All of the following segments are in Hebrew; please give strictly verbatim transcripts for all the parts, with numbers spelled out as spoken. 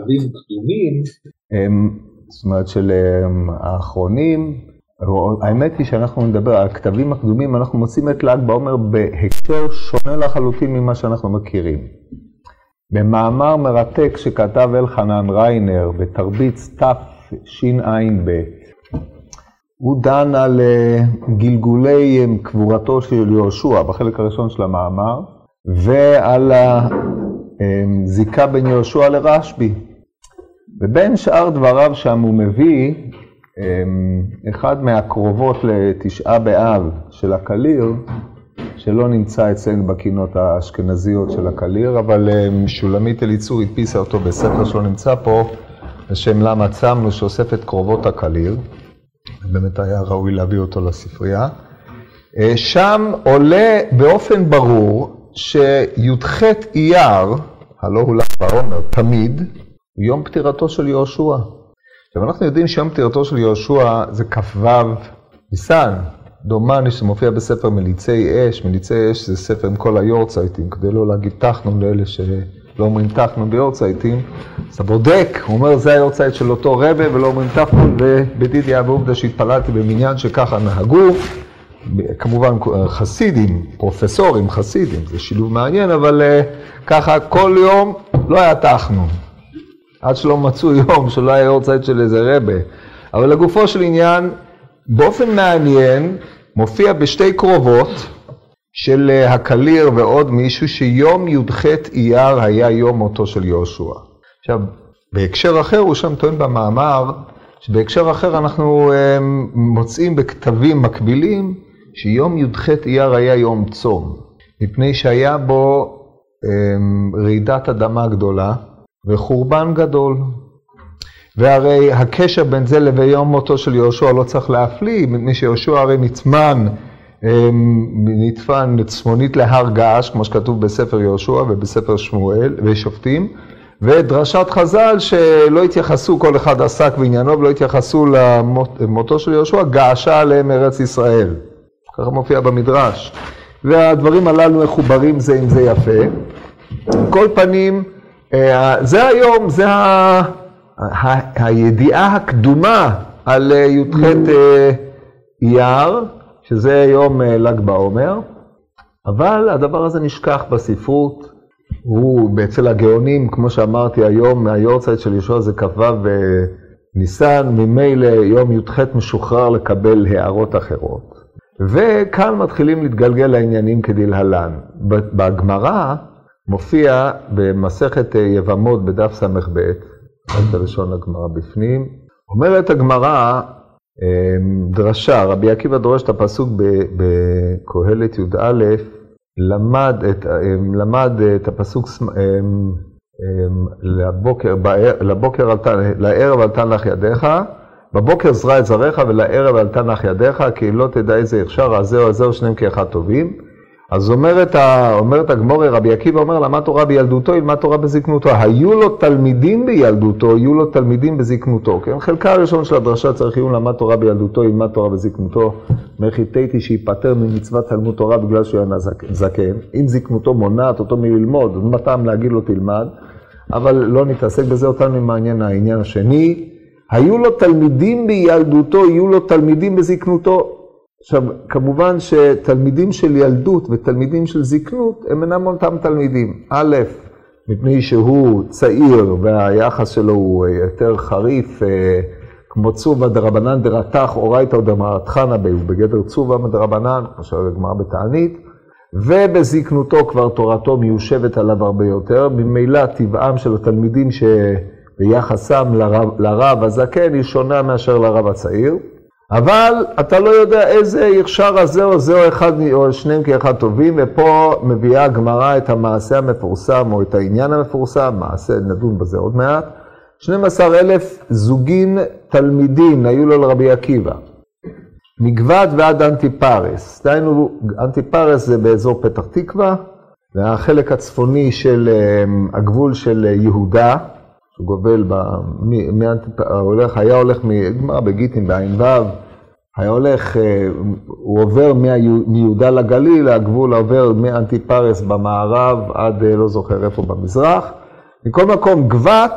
כתבים קדומים, זאת אומרת של האחרונים, האמת היא שאנחנו נדבר על הכתבים הקדומים, אנחנו מוצאים את ל"ג בעומר בהקשר שונה לחלוטין ממה שאנחנו מכירים. במאמר מרתק שכתב אלחנן ריינר בתרביץ תשע"ב, הוא דן על גלגולי קבורתו של יהושע בחלק הראשון של המאמר, ועל הזיקה בין יהושע לרשב"י. ובין שאר דבריו שם הוא מביא אחד מהקרובות לתשעה באב של הקליר, שלא נמצא אצלנו בקינות האשכנזיות של הקליר, אבל שולמית אליצור הדפיסה אותו בספר שלא נמצא פה, בשם למה צמנו, שאוסף את קרובות הקליר. באמת היה ראוי להביא אותו לספרייה. שם עולה באופן ברור שי"ח אייר, הלא הוא ל"ג בעומר, תמיד, הוא יום פטירתו של יהושע. עכשיו אנחנו יודעים שיום פטירתו של יהושע זה כ"ו ניסן, דומני שמופיע בספר מליצי אש. מליצי אש זה ספר עם כל היורצייטים, כדי לא להגיד תחנון לאלה שלא אומרים תחנון ביורצייטים. אז אתה בודק, הוא אומר זה היורצייט של אותו רבה ולא אומרים תחנון, ובדידיה ועובדה שהתפללתי במניין שככה נהגו. כמובן חסידים, פרופסורים חסידים, זה שילוב מעניין, אבל ככה כל יום לא היה תחנון. עד שלא מצאו יום שלא היה יורצייט של איזה רבה. אבל לגופו של עניין, באופן מעניין, מופיע בשתי קרובות של הקליר ועוד מישהו שיום י"ח אייר היה יום מותו של יהושע. עכשיו, בהקשר אחר הוא שם טוען במאמר, שבהקשר אחר אנחנו מוצאים בכתבים מקבילים, שיום י"ח אייר היה יום צום, מפני שהיה בו רעידת אדמה גדולה וחורבן גדול. והרי הקשר בין זה לבין יום מותו של יהושע לא צריך להפליא, מפני שיהושע הרי נטמן, נטפן צפונית להר געש, כמו שכתוב בספר יהושע ובספר שמואל ושופטים, ודרשת חז"ל שלא התייחסו, כל אחד עסק בעניינו ולא התייחסו למותו של יהושע, געשה עליהם ארץ ישראל. ככה מופיע במדרש. והדברים הללו מחוברים זה עם זה יפה. כל פנים, זה היום, זה ה... הידיעה הקדומה על י"ח אייר, שזה יום ל"ג בעומר, אבל הדבר הזה נשכח בספרות. הוא אצל הגאונים, כמו שאמרתי היום, היורצייט של יהושע זה כ"ו ניסן, ממילא יום י"ח משוחרר לקבל הערות אחרות. וכאן מתחילים להתגלגל העניינים כדלהלן. בגמרא מופיע במסכת יבמות בדף ס"ב, את הראשון הגמרא בפנים, אומרת הגמרא דרשה, רבי עקיבא דורש את הפסוק בקהלת י"א, למד את, למד את הפסוק לבוקר, לבוקר לערב אל תנח ידיך, בבוקר זרע את זרעך ולערב אל תנח ידיך, כי לא תדע איזה הכשר, הזהו הזהו שניהם כאחד טובים. אז אומרת, אומרת הגמרא, רבי עקיבא אומר, למד תורה בילדותו, ילמד תורה בזקנותו. היו לו תלמידים בילדותו, יהיו לו תלמידים בזקנותו. כן? חלקה הראשון של הדרשה צריך יהיו למד תורה בילדותו, ילמד תורה בזקנותו. מחיתיתי שיפטר ממצוות תלמוד תורה בגלל שהוא היה זקן. אם זקנותו מונעת אותו מללמוד, מה טעם להגיד לו תלמד, אבל לא נתעסק בזה, אותנו מעניין העניין השני. היו לו תלמידים בילדותו, יהיו לו תלמידים בזקנותו. עכשיו, כמובן שתלמידים של ילדות ותלמידים של זקנות הם אינם אותם תלמידים. א', מפני שהוא צעיר והיחס שלו הוא יותר חריף, כמו צובה דרבנן דרתח אורייתא דמרתחנא בי, הוא בגדר צובה דרבנן, כמו שהגמרא בתענית, ובזקנותו כבר תורתו מיושבת עליו הרבה יותר. ממילא טבעם של התלמידים שביחסם לרב, לרב הזקן היא שונה מאשר לרב הצעיר. אבל אתה לא יודע איזה הכשר הזה או זה או אחד או שניהם כאחד טובים, ופה מביאה הגמרא את המעשה המפורסם או את העניין המפורסם, מעשה, נדון בזה עוד מעט. שנים עשר אלף זוגין תלמידים היו לו לרבי עקיבא, מגבעת ועד אנטיפרס. דהיינו, אנטיפרס זה באזור פתח תקווה, והחלק הצפוני של הגבול של יהודה, שהוא גובל, ב... הולך, היה הולך מגמרא בגיטין בעין ו', היה הולך, הוא עובר מיהודה לגליל, הגבול עובר מאנטיפרס במערב עד לא זוכר איפה במזרח. מכל מקום, גבת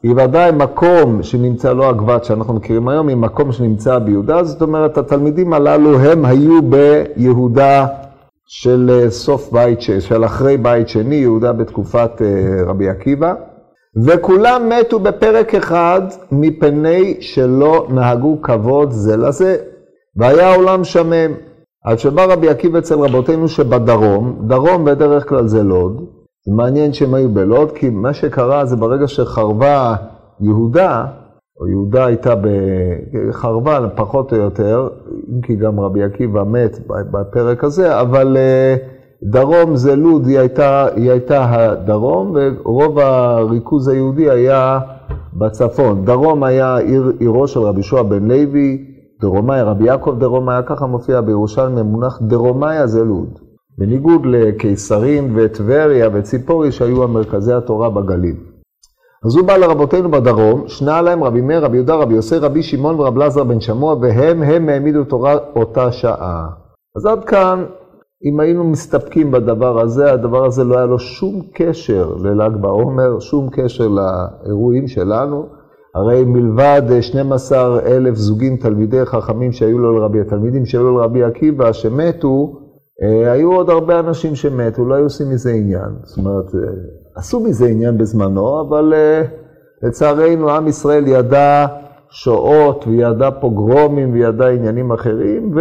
היא ודאי מקום שנמצא, לא הגבת שאנחנו מכירים היום, היא מקום שנמצא ביהודה, זאת אומרת, התלמידים הללו הם היו ביהודה של סוף בית, של אחרי בית שני, יהודה בתקופת רבי עקיבא, וכולם מתו בפרק אחד מפני שלא נהגו כבוד זה לזה, והיה עולם שמם. עד שבא רבי עקיבא אצל רבותינו שבדרום, דרום בדרך כלל זה לוד, זה מעניין שהם היו בלוד, כי מה שקרה זה ברגע שחרבה יהודה, או יהודה הייתה בחרבה פחות או יותר, אם כי גם רבי עקיבא מת בפרק הזה, אבל דרום זה לוד, היא הייתה, היא הייתה הדרום, ורוב הריכוז היהודי היה בצפון. דרום היה עיר, עירו של רבי יהושע בן לוי, דרומאי, רבי יעקב דרומאי, ככה מופיע בירושלים, המונח דרומאי זה לוד. בניגוד לקיסרים וטבריה וציפורי שהיו המרכזי התורה בגליל. אז הוא בא לרבותינו בדרום, שנה להם רבי מאיר, רבי יהודה, רבי יוסי, רבי שמעון ורב אלעזר בן שמוע, והם הם העמידו תורה אותה שעה. אז עד כאן, אם היינו מסתפקים בדבר הזה, הדבר הזה לא היה לו שום קשר לל"ג בעומר, שום קשר לאירועים שלנו. הרי מלבד שנים עשר אלף זוגים תלמידי חכמים שהיו לו לרבי, התלמידים שהיו לו לרבי עקיבא שמתו, היו עוד הרבה אנשים שמתו, לא היו עושים מזה עניין. זאת אומרת, עשו מזה עניין בזמנו, אבל לצערנו עם ישראל ידע שואות וידע פוגרומים וידע עניינים אחרים,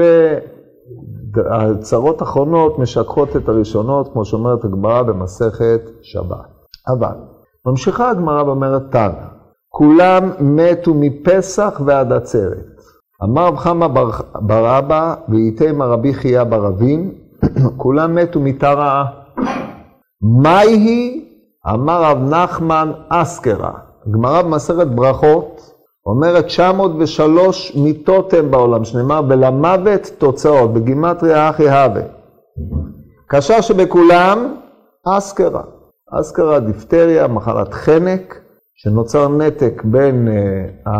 והצרות האחרונות משכחות את הראשונות, כמו שאומרת הגמרא במסכת שבת. אבל ממשיכה הגמרא ואומרת תנא, כולם מתו מפסח ועד עצרת. אמר רב חמא בר אבא ואיתם רבי חייא בר אבין, כולם מתו מתרעה. מהי היא? אמר רב נחמן אסקרה. גמרא במסכת ברכות אומרת תשע מאות ושלוש מיתות הם בעולם, שנאמר ולמוות תוצאות, בגימטריה אחי הווה. קשה שבכולם אסקרה. אסקרה דיפתריה, מחלת חנק, שנוצר נתק בין uh,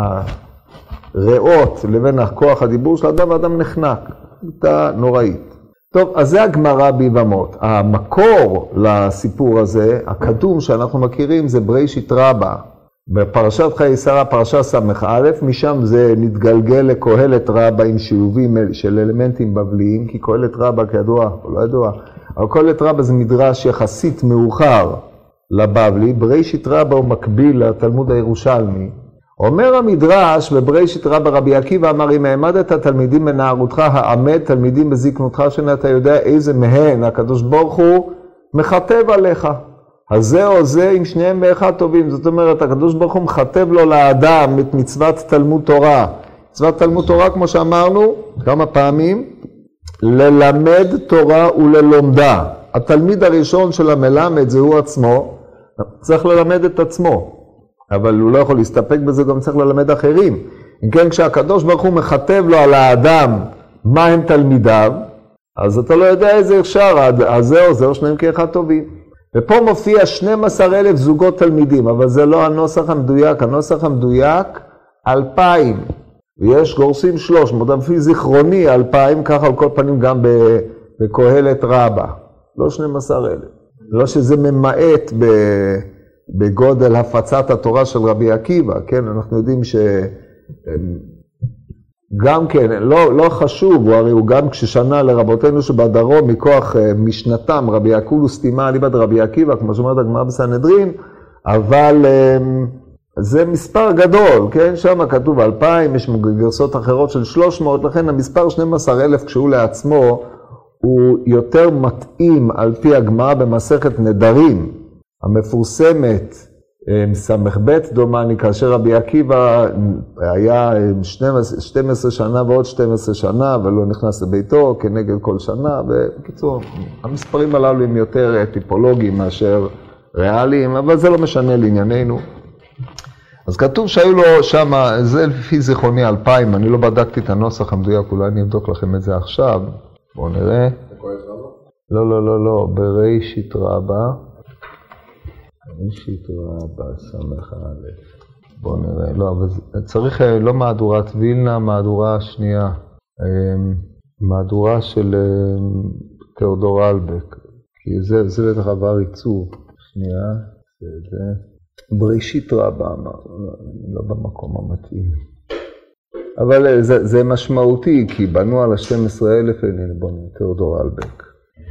הריאות לבין הכוח הדיבור של האדם, והאדם נחנק. הייתה נוראית. טוב, אז זה הגמרא ביבמות. המקור לסיפור הזה, הקדום שאנחנו מכירים, זה בראשית רבה. בפרשת חיי שרה, פרשה סמך א', משם זה מתגלגל לקהלת רבה עם שילובים של אלמנטים בבליים, כי קהלת רבה כידוע, או לא ידוע, אבל קהלת רבה זה מדרש יחסית מאוחר לבבלי, בראשית רבה הוא מקביל לתלמוד הירושלמי. אומר המדרש, בבראשית רבה רבי עקיבא אמר, אם העמדת תלמידים בנערותך, העמד תלמידים בזקנותך, שאתה יודע איזה מהן הקדוש ברוך הוא מכתב עליך. אז זה או זה עם שניהם באחד טובים. זאת אומרת, הקדוש ברוך הוא מכתב לו לאדם את מצוות תלמוד תורה. מצוות תלמוד תורה, כמו שאמרנו כמה פעמים, ללמד תורה וללומדה. התלמיד הראשון של המלמד זה הוא עצמו, צריך ללמד את עצמו. אבל הוא לא יכול להסתפק בזה, גם צריך ללמד אחרים. אם כן, כשהקדוש ברוך הוא מכתב לו על האדם מה הם תלמידיו, אז אתה לא יודע איזה אפשר, אז זה או זה או שניהם כאחד טובים. ופה מופיע שנים עשר אלף זוגות תלמידים, אבל זה לא הנוסח המדויק. הנוסח המדויק, אלפיים. ויש גורסים שלוש מאות, לפי זיכרוני אלפיים, ככה על כל פנים גם בקהלת רבה. לא שנים עשר אלף. לא שזה ממעט ב... בגודל הפצת התורה של רבי עקיבא, כן? אנחנו יודעים ש... גם כן, לא, לא חשוב, הוא הרי הוא גם כששנה לרבותינו שבדרום מכוח משנתם, רבי יעקב סתימה אליבא דרבי עקיבא, כמו שאומרת הגמרא בסנהדרין, אבל זה מספר גדול, כן? שם כתוב אלפיים, יש גרסות אחרות של שלוש מאות, לכן המספר שנים עשר אלף כשהוא לעצמו, הוא יותר מתאים על פי הגמרא במסכת נדרים, המפורסמת, מסמך בית דומני, כאשר רבי עקיבא היה שתים עשרה שנה ועוד שתים עשרה שנה, ולא נכנס לביתו כנגד כל שנה, ובקיצור, המספרים הללו הם יותר טיפולוגיים מאשר ריאליים, אבל זה לא משנה לענייננו. אז כתוב שהיו לו שם, זה לפי זיכרוני אלפיים, אני לא בדקתי את הנוסח המדויק, אולי אני אבדוק לכם את זה עכשיו. בואו נראה. לא, לא, לא, לא, בראשית רבה. בראשית רבה, סמך א'. בואו נראה. לא, אבל צריך, לא מהדורת וילנה, מהדורה שנייה. מהדורה של תיאודור אלבק. כי זה, זה בטח עבר עיצוב. שנייה, זה, זה. בראשית רבה, לא במקום המתאים. אבל זה, זה משמעותי, כי בנו על ה-שנים עשר אלף, הנה בוא נתאר דור אלבק.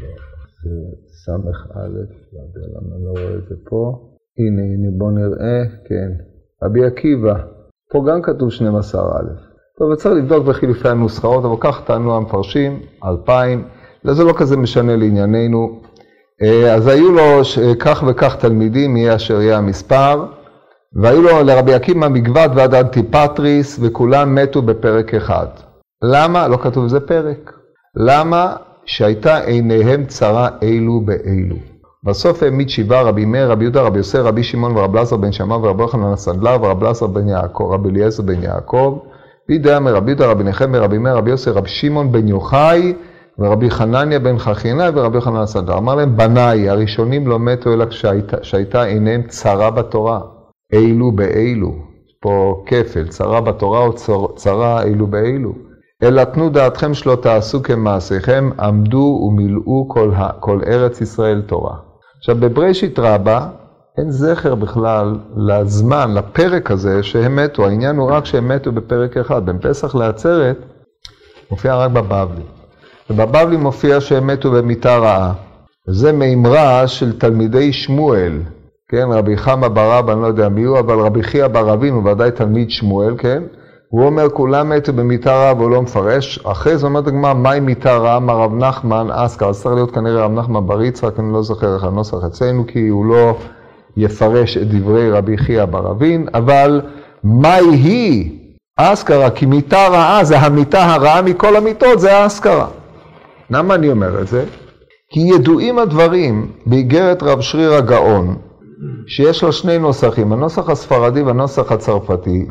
זה סמך א', לא יודע למה לא רואה את זה פה. הנה, הנה בוא נראה, כן. רבי עקיבא, פה גם כתוב שנים עשר אלף. טוב, צריך לבדוק בחילופי הנוסחאות, אבל כך טענו המפרשים, אלפיים, זה לא כזה משנה לענייננו. אז היו לו כך וכך תלמידים, יהיה אשר יהיה המספר, והיו לו לרבי עקיבא מגבעת ועד אנטיפטריס, וכולם מתו בפרק אחד. למה? לא כתוב זה פרק. למה? שהייתה עיניהם צרה אילו באילו. בסוף העמיד שבעה רבי מאיר, רבי יהודה, רבי יוסף, רבי שמעון ורבי אלעזר בן שמע ורבי יוחנן הסנדלר ורבי אלעזר בן יעקב, רבי אליעזר בן יעקב, וידע מרבי יהודה, רבי נחמיה, רבי מאיר, רבי יוסף, רבי שמעון בן יוחאי, ורבי חנניה בן חכינאי ורבי יוחנן הסנדלר. אמר להם, בניי, הראשונים לא מתו אלא כשהייתה עיניהם צרה בתורה, אילו באילו. פה כפל, צרה בתורה או צרה אילו באילו. אלא תנו דעתכם שלא תעשו כמעשיכם, עמדו ומילאו כל, כל ארץ ישראל תורה. עכשיו, בבראשית רבה, אין זכר בכלל לזמן, לפרק הזה שהם מתו. העניין הוא רק שהם מתו בפרק אחד. בין פסח לעצרת, מופיע רק בבבלי. ובבבלי מופיע שהם מתו במיתה רעה. וזה מאמרה של תלמידי שמואל. כן, רבי חמא בר אבא, אני לא יודע מי הוא, אבל רבי חייא בר אבין הוא ודאי תלמיד שמואל, כן? הוא אומר, כולם מתו במיתה רעה והוא לא מפרש. אחרי זה אומרת הגמרא, מהי מיתה רעה? אמר רב נחמן אסקר. אז צריך להיות כנראה רב נחמן בר יצחק, אני לא זוכר איך הנוסח אצלנו, כי הוא לא יפרש את דברי רבי חייא בר אבין. אבל מהי היא? אסקרה, כי מיתה רעה זה המיתה הרעה מכל המיתות, זה האסקרה. למה אני אומר את זה? כי ידועים הדברים באיגרת רב שריר הגאון, שיש לו שני נוסחים, הנוסח הספרדי והנוסח הצרפתי,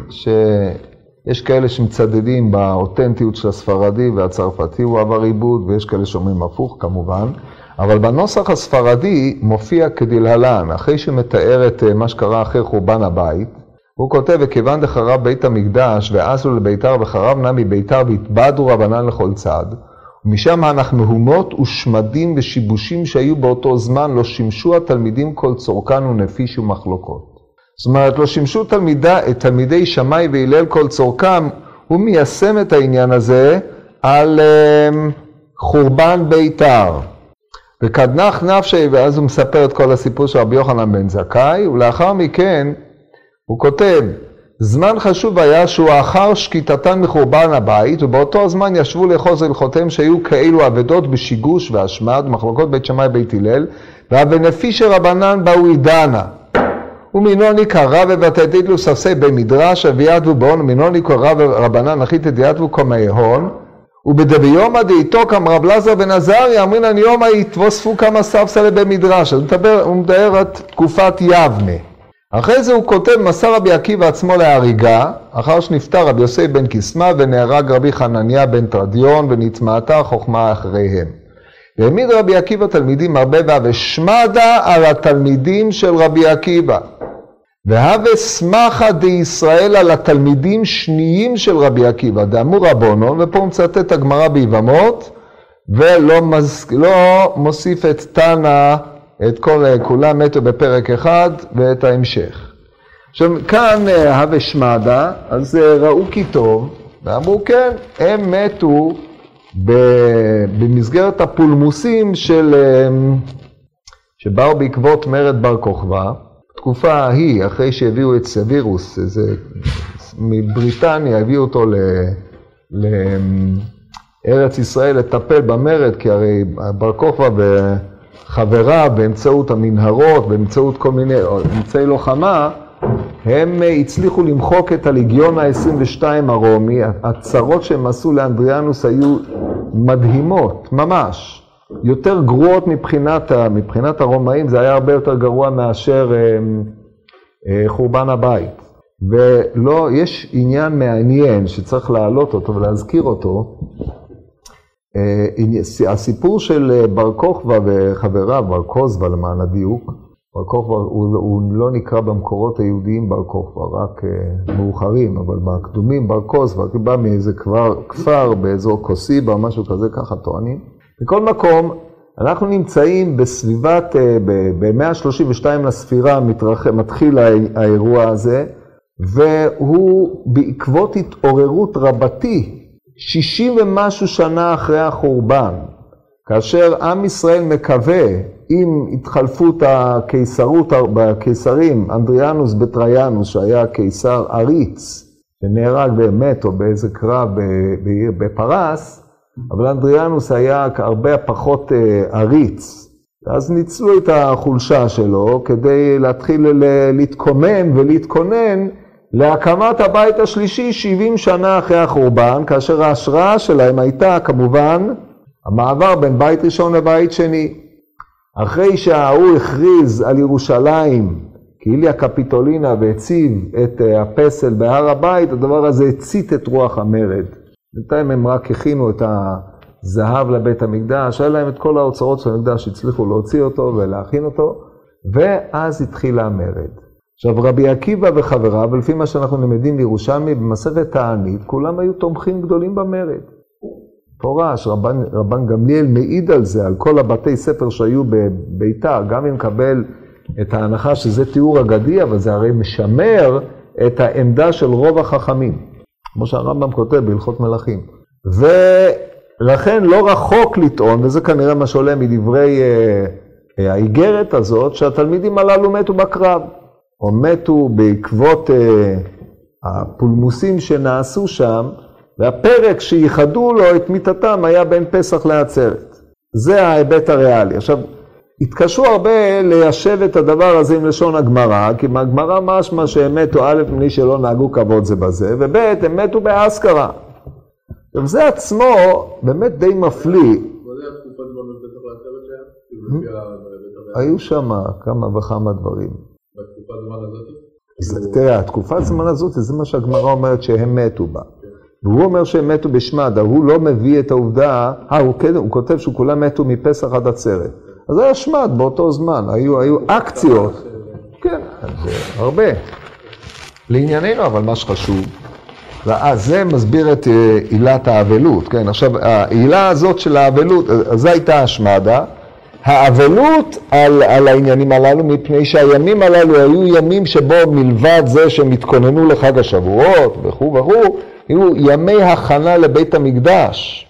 שיש כאלה שמצדדים באותנטיות של הספרדי והצרפתי, הוא עבר עיבוד, ויש כאלה שאומרים הפוך כמובן, אבל בנוסח הספרדי מופיע כדלהלן, אחרי שמתאר את מה שקרה אחרי חורבן הבית, הוא כותב, וכיוון דחרב בית המקדש, ועשו לביתר וחרב נא מביתר, והתבדו רבנן לכל צד, ומשם הנח מהומות ושמדים ושיבושים שהיו באותו זמן, לא שימשו התלמידים כל צורכן ונפיש ומחלוקות. זאת אומרת, לא שימשו תלמידי, תלמידי שמאי והלל כל צורכם, הוא מיישם את העניין הזה על um, חורבן ביתר. וקדנח נפשי, ואז הוא מספר את כל הסיפור של רבי יוחנן בן זכאי, ולאחר מכן הוא כותב, זמן חשוב היה שהוא אחר שקיטתן מחורבן הבית, ובאותו הזמן ישבו לאחוז הלכותיהם שהיו כאלו אבדות בשיגוש והשמד, מחלוקות בית שמאי בית הלל, והבנפיש רבנן באו עידנה. ומינוני קרא ובתתידלו ספסי במדרש, אביעדבו באון, ומינוני קרא ורבנן אחית תדיעתבו קומי הון, ובדביומא דאיתו קם רב אלעזר בן עזריה, אמרינן יומא יתווספו כמה ספסלי במדרש. אז הוא מדבר את תקופת יבנה. אחרי זה הוא כותב מסר רבי עקיבא עצמו להריגה, אחר שנפטר רבי יוסי בן קיסמא ונהרג רבי חנניה בן תרדיון ונצמאתה חוכמה אחריהם. והעמיד רבי עקיבא תלמידים הרבה ושמדה על התלמידים של רבי עקיבא. והווה סמכה דישראל על התלמידים שניים של רבי עקיבא, דאמור רבונון, ופה הוא מצטט הגמרא ביבמות, ולא מז... לא מוסיף את תנא, את כל, כולם מתו בפרק אחד, ואת ההמשך. עכשיו, כאן הווה שמדה, אז ראו כי טוב, ואמרו כן, הם מתו במסגרת הפולמוסים של, שבאו בעקבות מרד בר כוכבא, תקופה ההיא, אחרי שהביאו את סבירוס, איזה, מבריטניה, הביאו אותו ל, לארץ ישראל לטפל במרד, כי הרי בר כוכבא וחברה באמצעות המנהרות, באמצעות כל מיני אמצעי לוחמה, הם הצליחו למחוק את הליגיון ה-עשרים ושתיים הרומי. הצרות שהם עשו לאנדריאנוס היו מדהימות, ממש. יותר גרועות מבחינת, מבחינת הרומאים, זה היה הרבה יותר גרוע מאשר אה, אה, חורבן הבית. ולא, יש עניין מעניין שצריך להעלות אותו ולהזכיר אותו. אה, הסיפור של בר כוכבא וחבריו, בר כוזבא למען הדיוק, בר כוכבא הוא, הוא לא נקרא במקורות היהודיים בר כוכבא, רק אה, מאוחרים, אבל בקדומים בר כוזבא, כי בא מאיזה כפר, כפר באזור קוסיבה, משהו כזה, ככה טוענים. בכל מקום, אנחנו נמצאים בסביבת, ב-מאה שלושים ושתיים לספירה מתחיל האירוע הזה, והוא בעקבות התעוררות רבתי, שישים ומשהו שנה אחרי החורבן, כאשר עם ישראל מקווה עם התחלפות הקיסרות, בקיסרים, אנדריאנוס בטריאנוס, שהיה קיסר עריץ, שנהרג באמת או באיזה קרב בפרס, אבל אנדריאנוס היה הרבה פחות עריץ. אז ניצלו את החולשה שלו כדי להתחיל להתקומם ולהתכונן להקמת הבית השלישי שבעים שנה אחרי החורבן, כאשר ההשראה שלהם הייתה כמובן המעבר בין בית ראשון לבית שני. אחרי שההוא הכריז על ירושלים כאיליה קפיטולינה והציב את הפסל בהר הבית, הדבר הזה הצית את רוח המרד. בינתיים הם רק הכינו את הזהב לבית המקדש, היה להם את כל האוצרות של המקדש, הצליחו להוציא אותו ולהכין אותו, ואז התחילה המרד. עכשיו רבי עקיבא וחבריו, ולפי מה שאנחנו למדים בירושלמי במסכת תענית, כולם היו תומכים גדולים במרד. פורש, רבן, רבן גמליאל מעיד על זה, על כל הבתי ספר שהיו בביתר, גם אם קבל את ההנחה שזה תיאור אגדי, אבל זה הרי משמר את העמדה של רוב החכמים, כמו שהרמב"ם כותב בהלכות מלכים. ולכן לא רחוק לטעון, וזה כנראה מה שעולה מדברי אה, האיגרת הזאת, שהתלמידים הללו מתו בקרב, או מתו בעקבות אה, הפולמוסים שנעשו שם, והפרק שייחדו לו את מיתתם היה בין פסח לעצרת. זה ההיבט הריאלי. עכשיו, התקשו הרבה ליישב את הדבר הזה עם לשון הגמרא, כי מהגמרא משמע שהם מתו א' מני שלא נהגו כבוד זה בזה, וב' הם מתו באסכרה. עכשיו, זה עצמו באמת די מפליא. מה זה התקופת זמן בפסח לעצרת שהיה? היו שם כמה וכמה דברים. בתקופת זמן הזאת? תראה, התקופת זמן הזאת זה מה שהגמרא אומרת שהם מתו בה. והוא אומר שהם מתו בשמד, הוא לא מביא את העובדה, אה, הוא, הוא כותב שכולם מתו מפסח עד עצרת. אז היה שמד באותו זמן, היו, היו אקציות. כן, זה הרבה. לענייננו, אבל מה שחשוב, ואז זה מסביר את עילת האבלות, כן? עכשיו, העילה הזאת של האבלות, זו הייתה השמדה, האבלות על, על העניינים הללו, מפני שהימים הללו היו ימים שבו מלבד זה שהם התכוננו לחג השבועות וכו' וכו', היו ימי הכנה לבית המקדש.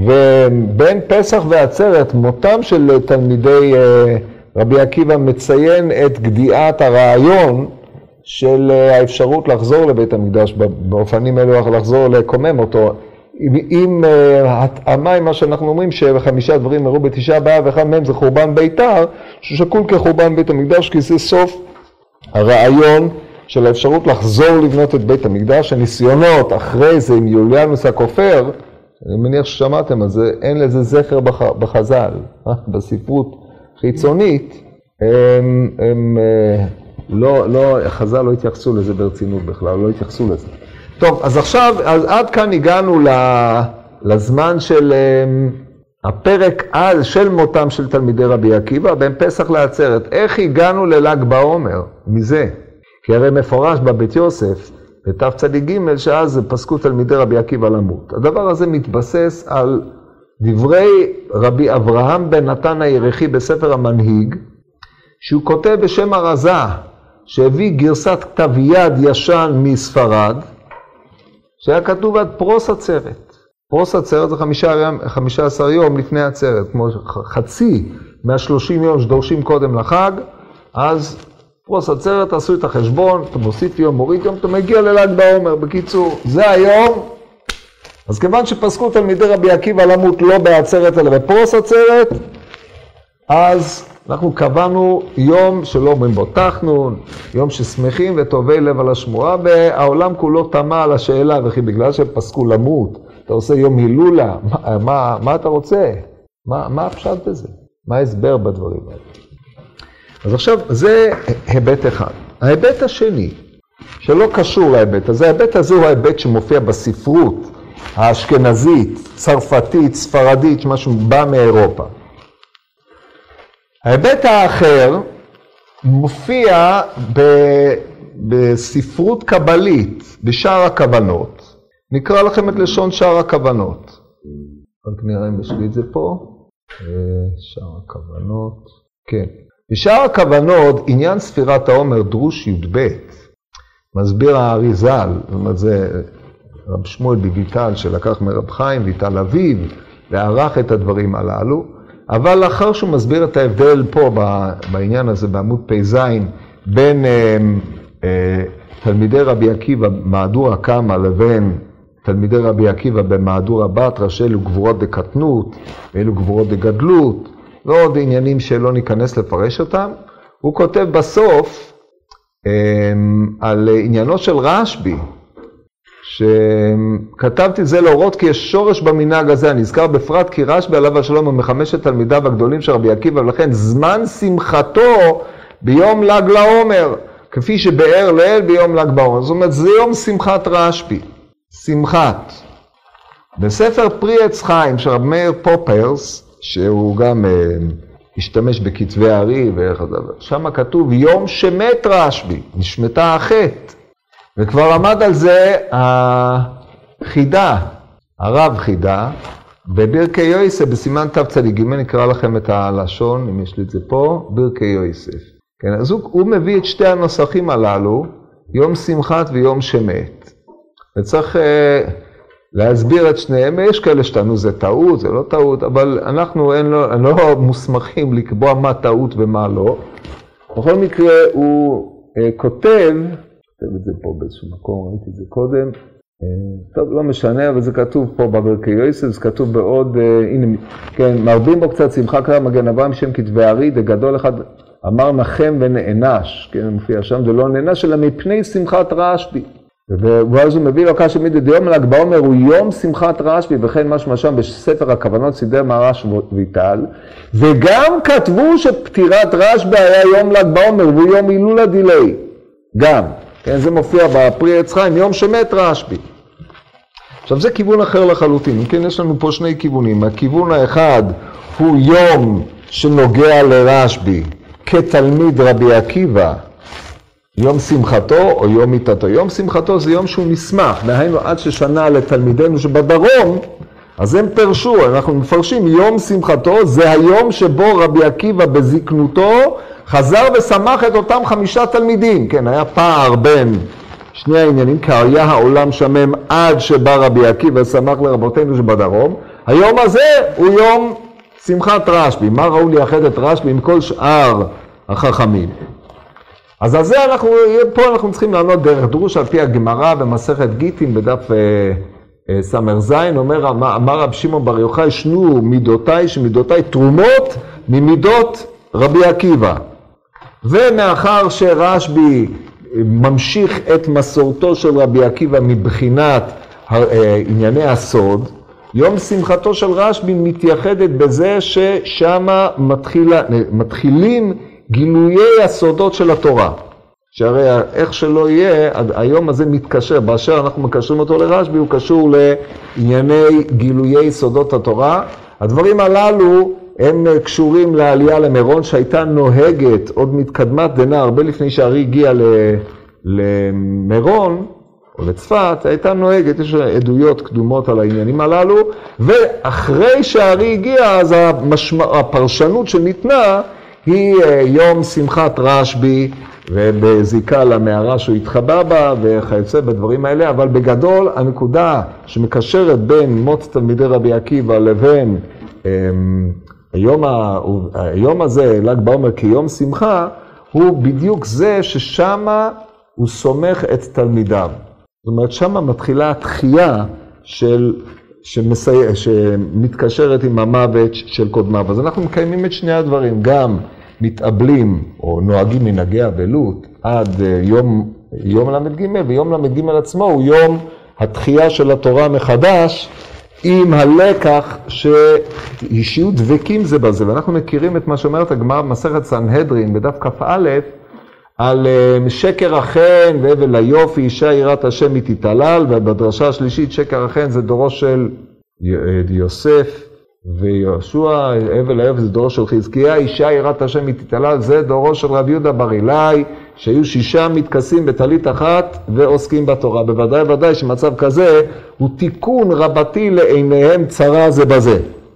ובין פסח ועצרת, מותם של תלמידי רבי עקיבא מציין את גדיעת הרעיון של האפשרות לחזור לבית המקדש, באופנים אלו לחזור לקומם אותו, עם התאמה עם מה שאנחנו אומרים שחמישה דברים הראו בתשעה באב, ואחד מהם זה חורבן ביתר, ששקול כחורבן בית המקדש, כי זה סוף הרעיון של האפשרות לחזור לבנות את בית המקדש. הניסיונות אחרי זה עם יוליאנוס הכופר, אני מניח ששמעתם, אז אין לזה זכר בח, בחז"ל, בספרות חיצונית, הם, הם לא, לא, חז"ל לא התייחסו לזה ברצינות בכלל, לא התייחסו לזה. טוב, אז עכשיו, אז עד כאן הגענו לזמן של הפרק על של מותם של תלמידי רבי עקיבא, בין פסח לעצרת. איך הגענו לל"ג בעומר מזה? כי הרי מפורש בבית יוסף, בתף צדיק ג' שאז פסקו תלמידי רבי עקיבא למות. הדבר הזה מתבסס על דברי רבי אברהם בן נתן הירחי בספר המנהיג, שהוא כותב בשם הרזה, שהביא גרסת כתב יד ישן מספרד, שהיה כתוב עד פרוס עצרת. פרוס עצרת זה חמישה עשר יום לפני עצרת, כמו חצי מהשלושים יום שדורשים קודם לחג, אז פרוס עצרת, עשו את החשבון, אתה מוסיף יום, מוריד יום, אתה מגיע לל"ג בעומר. בקיצור, זה היום. אז כיוון שפסקו תלמידי רבי עקיבא למות לא בעצרת אלא בפרוס עצרת, אז אנחנו קבענו יום שלא אומרים בו תחנון, יום ששמחים וטובי לב על השמועה, והעולם כולו תמה על השאלה, וכי בגלל שפסקו למות, אתה עושה יום הילולה, מה, מה, מה אתה רוצה? מה, מה הפשט בזה? מה ההסבר בדברים האלה? אז עכשיו, זה היבט אחד. ההיבט השני, שלא קשור להיבט הזה, ההיבט הזה הוא ההיבט שמופיע בספרות האשכנזית, צרפתית, ספרדית, משהו בא מאירופה. ההיבט האחר מופיע ב, בספרות קבלית, בשער הכוונות. נקרא לכם את לשון שער הכוונות. רק נראה אם יש לי את זה פה. שאר הכוונות, כן. בשאר הכוונות, עניין ספירת העומר דרוש י"ב, מסביר האריז"ל, זאת אומרת זה רב שמואל בויטל שלקח מרב חיים ויטל אביב, וערך את הדברים הללו, אבל לאחר שהוא מסביר את ההבדל פה בעניין הזה בעמוד פ"ז, בין אה, אה, תלמידי רבי עקיבא במהדורה קמא לבין תלמידי רבי עקיבא במהדורה בתרא, שאלו גבורות דקטנות, ואלו גבורות דגדלות, ועוד עניינים שלא ניכנס לפרש אותם. הוא כותב בסוף אה, על עניינו של רשב"י, שכתבתי זה להורות כי יש שורש במנהג הזה, אני נזכר בפרט כי רשב"י עליו השלום הוא מחמשת תלמידיו הגדולים של רבי עקיבא, ולכן זמן שמחתו ביום ל"ג לעומר, כפי שבאר לאל ביום ל"ג בעומר. זאת אומרת, זה יום שמחת רשב"י, שמחת. בספר פרי עץ חיים של רב מאיר פופרס, שהוא גם אה, השתמש בכתבי הארי, שם כתוב יום שמת רשב"י, נשמתה החטא. וכבר עמד על זה החידה, הרב חידה, בברכי יוסף, בסימן תו צדיק ג', נקרא לכם את הלשון, אם יש לי את זה פה, ברכי יוסף. כן, אז הוא, הוא מביא את שתי הנוסחים הללו, יום שמחת ויום שמת. וצריך אה, להסביר את שניהם, יש כאלה שטענו זה טעות, זה לא טעות, אבל אנחנו אין לו, לא מוסמכים לקבוע מה טעות ומה לא. בכל מקרה הוא אה, כותב, כותב את זה פה באיזשהו מקום, ראיתי את זה קודם, טוב, לא משנה, אבל זה כתוב פה בברכי יוסף, זה כתוב בעוד, הנה, כן, מרבים בו קצת שמחה קרא מגן אברהם שם כתבי הארי, דגדול אחד אמר נחם ונענש, כן, מופיע שם, זה לא נענש, אלא מפני שמחת רשב"י. ואז הוא מביא לו קשה מידי דיום ל"ג בעומר, הוא יום שמחת רשב"י, וכן משמע שם בספר הכוונות סידר מהר"ש ויטל, וגם כתבו שפטירת רשב"י היה יום ל"ג בעומר, והוא יום הילולה דילי, גם. כן, זה מופיע בפרי עץ חיים, יום שמת רשב"י. עכשיו זה כיוון אחר לחלוטין, כן, יש לנו פה שני כיוונים. הכיוון האחד הוא יום שנוגע לרשב"י כתלמיד רבי עקיבא, יום שמחתו או יום מיתתו. יום שמחתו זה יום שהוא נשמח, דהיינו עד ששנה לתלמידינו שבדרום, אז הם פרשו, אנחנו מפרשים יום שמחתו, זה היום שבו רבי עקיבא בזקנותו חזר ושמח את אותם חמישה תלמידים. כן, היה פער בין שני העניינים, כי היה העולם שמם עד שבא רבי עקיבא ושמח לרבותינו שבדרום. היום הזה הוא יום שמחת רשב"י. מה ראו לייחד את רשב"י עם כל שאר החכמים? אז על זה אנחנו, פה אנחנו צריכים לענות דרך דרוש על פי הגמרא במסכת גיטין בדף סמר זין, אומר, אמר רב שמעון בר יוחאי, שנו מידותיי, שמידותיי תרומות ממידות רבי עקיבא. ומאחר שרשב"י ממשיך את מסורתו של רבי עקיבא מבחינת ענייני הסוד, יום שמחתו של רשב"י מתייחדת בזה ששם מתחיל, מתחילים גילויי הסודות של התורה. שהרי איך שלא יהיה, היום הזה מתקשר, באשר אנחנו מקשרים אותו לרשב"י, הוא קשור לענייני גילויי סודות התורה. הדברים הללו הם קשורים לעלייה למירון שהייתה נוהגת עוד מתקדמת דנא, הרבה לפני שהארי הגיע למירון או לצפת, הייתה נוהגת, יש עדויות קדומות על העניינים הללו, ואחרי שהארי הגיע אז המשמע, הפרשנות שניתנה היא יום שמחת רשב"י, ובזיקה למערה שהוא התחבא בה וכיוצא בדברים האלה, אבל בגדול הנקודה שמקשרת בין מות תלמידי רבי עקיבא לבין היום, היום הזה, ל"ג בעומר כיום שמחה, הוא בדיוק זה ששמה הוא סומך את תלמידיו. זאת אומרת, שמה מתחילה התחייה של, שמסי... שמתקשרת עם המוות של קודמיו. אז אנחנו מקיימים את שני הדברים, גם מתאבלים או נוהגים מנהגי אבלות עד יום, יום למד ג', ויום למד ג' עצמו הוא יום התחייה של התורה מחדש, עם הלקח שישיו דבקים זה בזה. ואנחנו מכירים את מה שאומרת הגמרא במסכת סנהדרין בדף כ"א, על שקר החן והבל היופי, אישה יראת השם היא תתהלל, ובדרשה השלישית שקר החן זה דורו של יוסף ויהושע, הבל היופי זה דורו של חזקיה, אישה יראת השם היא תתהלל, זה דורו של רב יהודה בר אילאי, שהיו שישה מתכסים בטלית אחת ועוסקים בתורה. בוודאי ודאי שמצב כזה הוא תיקון רבתי לעיניהם צרה זה בזה.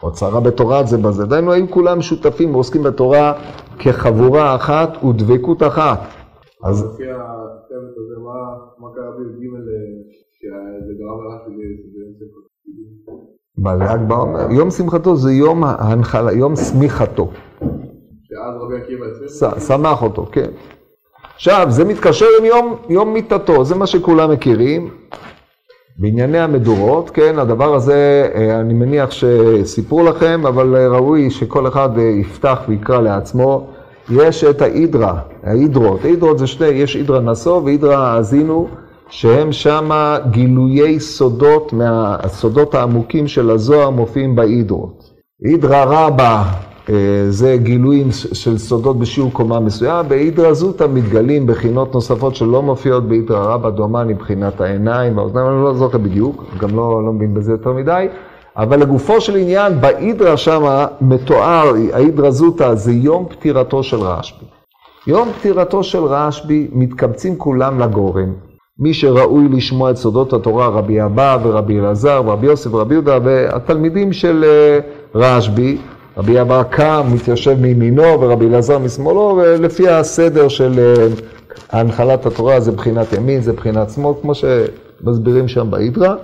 או צרה בתורה זה בזה. דיינו, היו כולם שותפים ועוסקים בתורה כחבורה אחת ודבקות אחת. אז... לפי הכתבת הזה, מה קרה בי"ג שזה גרם לרשב"י ליום שמחתו? בל"ג בעומר, יום שמחתו זה יום ההנחלה, יום סמיכתו. שאז רבי עקיבא שמח אותו, כן. עכשיו, זה מתקשר עם יום, יום מיתתו, זה מה שכולם מכירים. בענייני המדורות, כן, הדבר הזה, אני מניח שסיפרו לכם, אבל ראוי שכל אחד יפתח ויקרא לעצמו. יש את ההידרה, ההידרות. ההידרות זה שתי, יש הידרה נסו והידרה אזינו, שהם שם גילויי סודות, מהסודות העמוקים של הזוהר מופיעים בהידרות. הידרה רבה, זה גילויים של סודות בשיעור קומה מסוים, בהידרה זוטה מתגלים בחינות נוספות שלא מופיעות בהידרה רבה, דומני מבחינת העיניים והאוזניים, אני לא זוכר בדיוק, גם לא, לא מבין בזה יותר מדי, אבל לגופו של עניין, בהידרה שם מתואר, ההידרה זוטה זה יום פטירתו של רשב"י. יום פטירתו של רשב"י מתקבצים כולם לגורן. מי שראוי לשמוע את סודות התורה, רבי אבא ורבי אלעזר ורבי יוסף ורבי יהודה והתלמידים של רשב"י, רבי אבא קם, מתיישב מימינו ורבי אלעזר משמאלו, ולפי הסדר של הנחלת התורה זה בחינת ימין, זה בחינת שמאל, כמו שמסבירים שם בהידרה.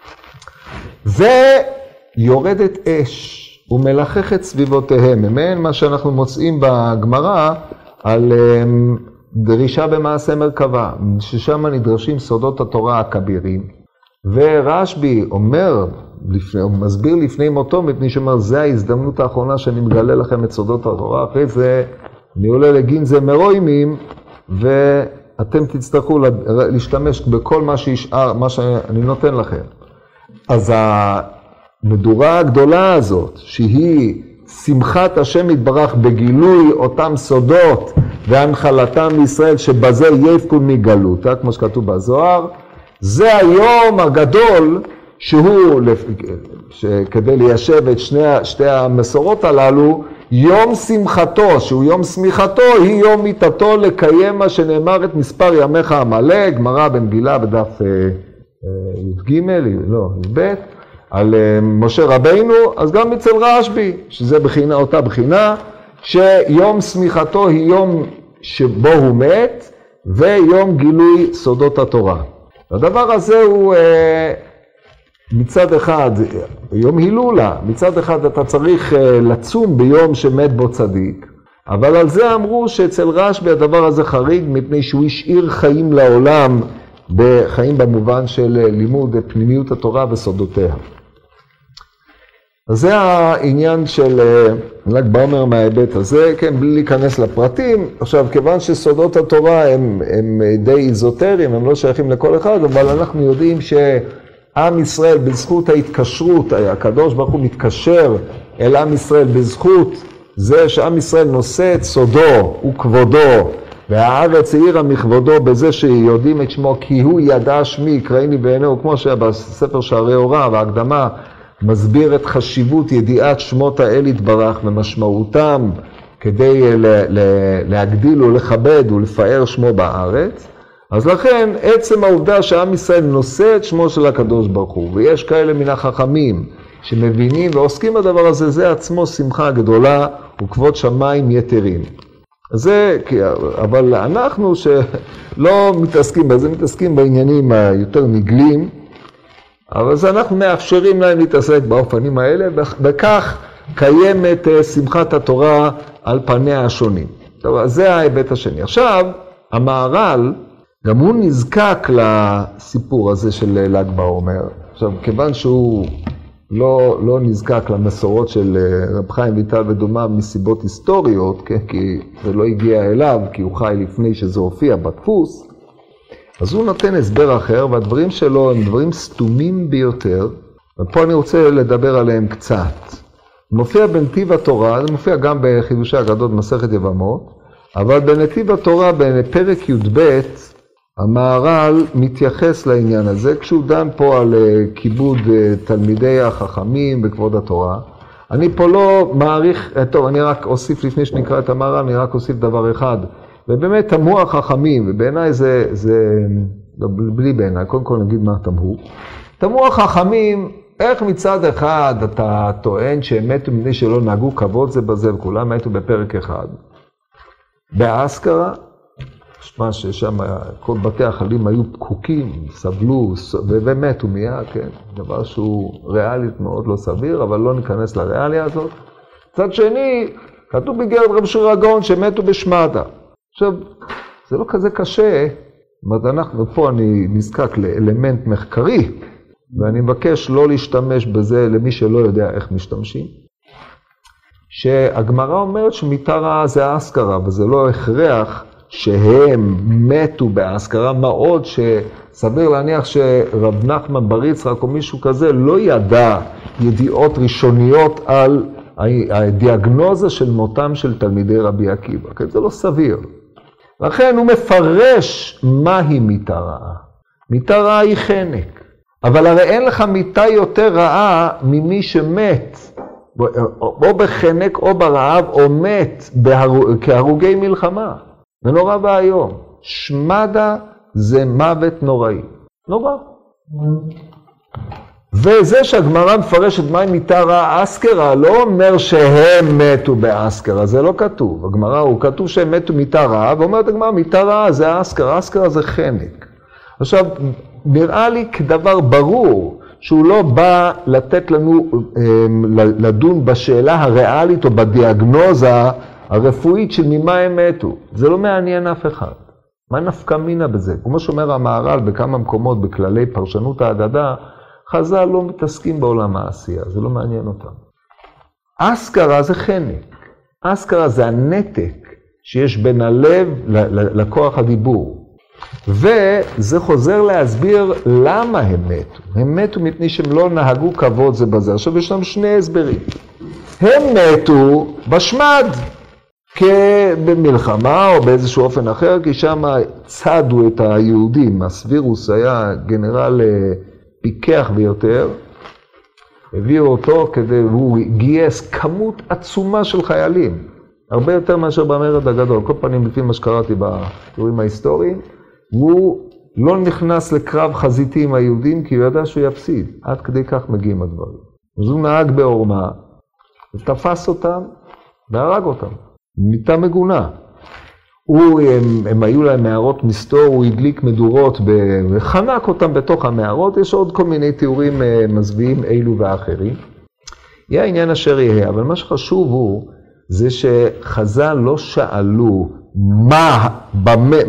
ויורדת אש ומלחכת סביבותיהם, ממעין מה שאנחנו מוצאים בגמרא על דרישה במעשה מרכבה, ששם נדרשים סודות התורה הכבירים. ורשב"י אומר, לפני, הוא מסביר לפני מותו, מפני שאומר, זה ההזדמנות האחרונה שאני מגלה לכם את סודות התורה, אחרי זה אני עולה לגינזה מרוימים, ואתם תצטרכו להשתמש בכל מה שישאר, מה שאני נותן לכם. אז המדורה הגדולה הזאת, שהיא שמחת השם יתברך בגילוי אותם סודות והנחלתם לישראל, שבזה יפקו מגלותה, כמו שכתוב בזוהר, זה היום הגדול שהוא, כדי ליישב את שני, שתי המסורות הללו, יום שמחתו, שהוא יום סמיכתו, היא יום מיתתו לקיים מה שנאמר את מספר ימיך המלא, גמרא במגילה בדף י"ג, לא, י"ב, על משה רבינו, אז גם אצל רשב"י, שזה בחינה, אותה בחינה, שיום סמיכתו היא יום שבו הוא מת, ויום גילוי סודות התורה. הדבר הזה הוא מצד אחד, יום הילולה, מצד אחד אתה צריך לצום ביום שמת בו צדיק, אבל על זה אמרו שאצל רשב"י הדבר הזה חריג, מפני שהוא השאיר חיים לעולם, בחיים במובן של לימוד פנימיות התורה וסודותיה. אז זה העניין של ל"ג בעומר מההיבט הזה, כן, בלי להיכנס לפרטים. עכשיו, כיוון שסודות התורה הם, הם די איזוטריים, הם לא שייכים לכל אחד, אבל אנחנו יודעים שעם ישראל בזכות ההתקשרות, הקדוש ברוך הוא מתקשר אל עם ישראל בזכות זה שעם ישראל נושא את סודו וכבודו, והארץ העירה מכבודו בזה שיודעים את שמו, כי הוא ידע שמי יקראיני בעיניו, כמו שבספר שערי אורה וההקדמה מסביר את חשיבות ידיעת שמות האל יתברך ומשמעותם כדי להגדיל ולכבד ולפאר שמו בארץ. אז לכן עצם העובדה שעם ישראל נושא את שמו של הקדוש ברוך הוא, ויש כאלה מן החכמים שמבינים ועוסקים בדבר הזה, זה עצמו שמחה גדולה וכבוד שמיים יתרים. זה, אבל אנחנו שלא מתעסקים בזה, מתעסקים בעניינים היותר נגלים, אבל אז אנחנו מאפשרים להם להתעסק באופנים האלה, וכך קיימת שמחת התורה על פניה השונים. טוב, זה ההיבט השני. עכשיו, המהר"ל, גם הוא נזקק לסיפור הזה של ל"ג בעומר. עכשיו, כיוון שהוא לא, לא נזקק למסורות של רב חיים ויטל ודומיו מסיבות היסטוריות, כן? כי זה לא הגיע אליו, כי הוא חי לפני שזה הופיע בדפוס, אז הוא נותן הסבר אחר, והדברים שלו הם דברים סתומים ביותר, ופה אני רוצה לדבר עליהם קצת. מופיע בנתיב התורה, זה מופיע גם בחידושי אגדות מסכת יבמות, אבל בנתיב התורה, בפרק י"ב, המהר"ל מתייחס לעניין הזה, כשהוא דן פה על כיבוד תלמידי החכמים בכבוד התורה. אני פה לא מעריך, טוב, אני רק אוסיף לפני שנקרא את המהר"ל, אני רק אוסיף דבר אחד. ובאמת תמוה החכמים, ובעיניי זה, זה, בלי בעיניי, קודם כל נגיד מה תמהו. תמוה החכמים איך מצד אחד אתה טוען שהם מתו מפני שלא נהגו כבוד זה בזה, וכולם מתו בפרק אחד. באסכרה, משמע ששם כל בתי החולים היו פקוקים, סבלו ומתו מיד, כן? דבר שהוא ריאלית מאוד לא סביר, אבל לא ניכנס לריאליה הזאת. מצד שני, כתוב בגרד רב שיר הגאון שמתו בשמדה. עכשיו, זה לא כזה קשה, זאת אומרת, אנחנו פה, אני נזקק לאלמנט מחקרי, ואני מבקש לא להשתמש בזה למי שלא יודע איך משתמשים. שהגמרא אומרת שמיתה רעה זה האסכרה, וזה לא הכרח שהם מתו באסכרה, מה עוד שסביר להניח שרב נחמן בר יצחק או מישהו כזה לא ידע ידיעות ראשוניות על הדיאגנוזה של מותם של תלמידי רבי עקיבא, כי זה לא סביר. לכן הוא מפרש מהי מיתה רעה. מיתה רעה היא חנק, אבל הרי אין לך מיתה יותר רעה ממי שמת, או בחנק או ברעב, או מת כהרוגי מלחמה. זה נורא והיום. שמדה זה מוות נוראי. נורא. וזה שהגמרא מפרשת מהי מיתה רעה אסכרה, לא אומר שהם מתו באסכרה, זה לא כתוב. הגמרא הוא כתוב שהם מתו מיתה רעה, ואומרת הגמרא מיתה רעה זה אסכרה, אסכרה זה חנק. עכשיו, נראה לי כדבר ברור, שהוא לא בא לתת לנו לדון בשאלה הריאלית או בדיאגנוזה הרפואית של ממה הם מתו. זה לא מעניין אף אחד. מה נפקא מינה בזה? כמו שאומר המהר"ל בכמה מקומות בכללי פרשנות ההגדה, חז"ל לא מתעסקים בעולם העשייה, זה לא מעניין אותם. אסכרה זה חנק. אסכרה זה הנתק שיש בין הלב לכוח הדיבור. וזה חוזר להסביר למה הם מתו. הם מתו מפני שהם לא נהגו כבוד זה בזה. עכשיו יש לנו שני הסברים. הם מתו בשמד, במלחמה או באיזשהו אופן אחר, כי שם צדו את היהודים. הסבירוס היה גנרל פיקח ביותר, הביאו אותו כדי, והוא גייס כמות עצומה של חיילים, הרבה יותר מאשר במרד הגדול. כל פנים לפי מה שקראתי בתיאורים ההיסטוריים, הוא לא נכנס לקרב חזיתי עם היהודים כי הוא ידע שהוא יפסיד. עד כדי כך מגיעים הדברים. אז הוא נהג בעורמה, ותפס אותם והרג אותם. מיתה מגונה. הוא, הם, הם היו להם מערות מסתור, הוא הדליק מדורות וחנק אותם בתוך המערות. יש עוד כל מיני תיאורים מזוויעים אלו ואחרים. יהיה העניין אשר יהיה, אבל מה שחשוב הוא, זה שחז"ל לא שאלו מה, במה,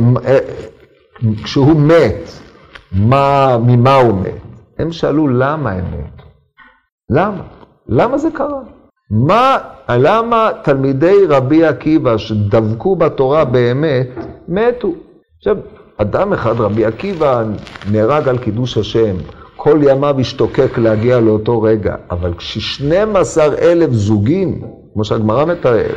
כשהוא מת, מה, ממה הוא מת. הם שאלו למה הם מת. למה? למה זה קרה? מה, למה תלמידי רבי עקיבא שדבקו בתורה באמת, מתו? עכשיו, אדם אחד, רבי עקיבא, נהרג על קידוש השם, כל ימיו השתוקק להגיע לאותו רגע, אבל כששנים עשר אלף זוגים, כמו שהגמרא מתאר,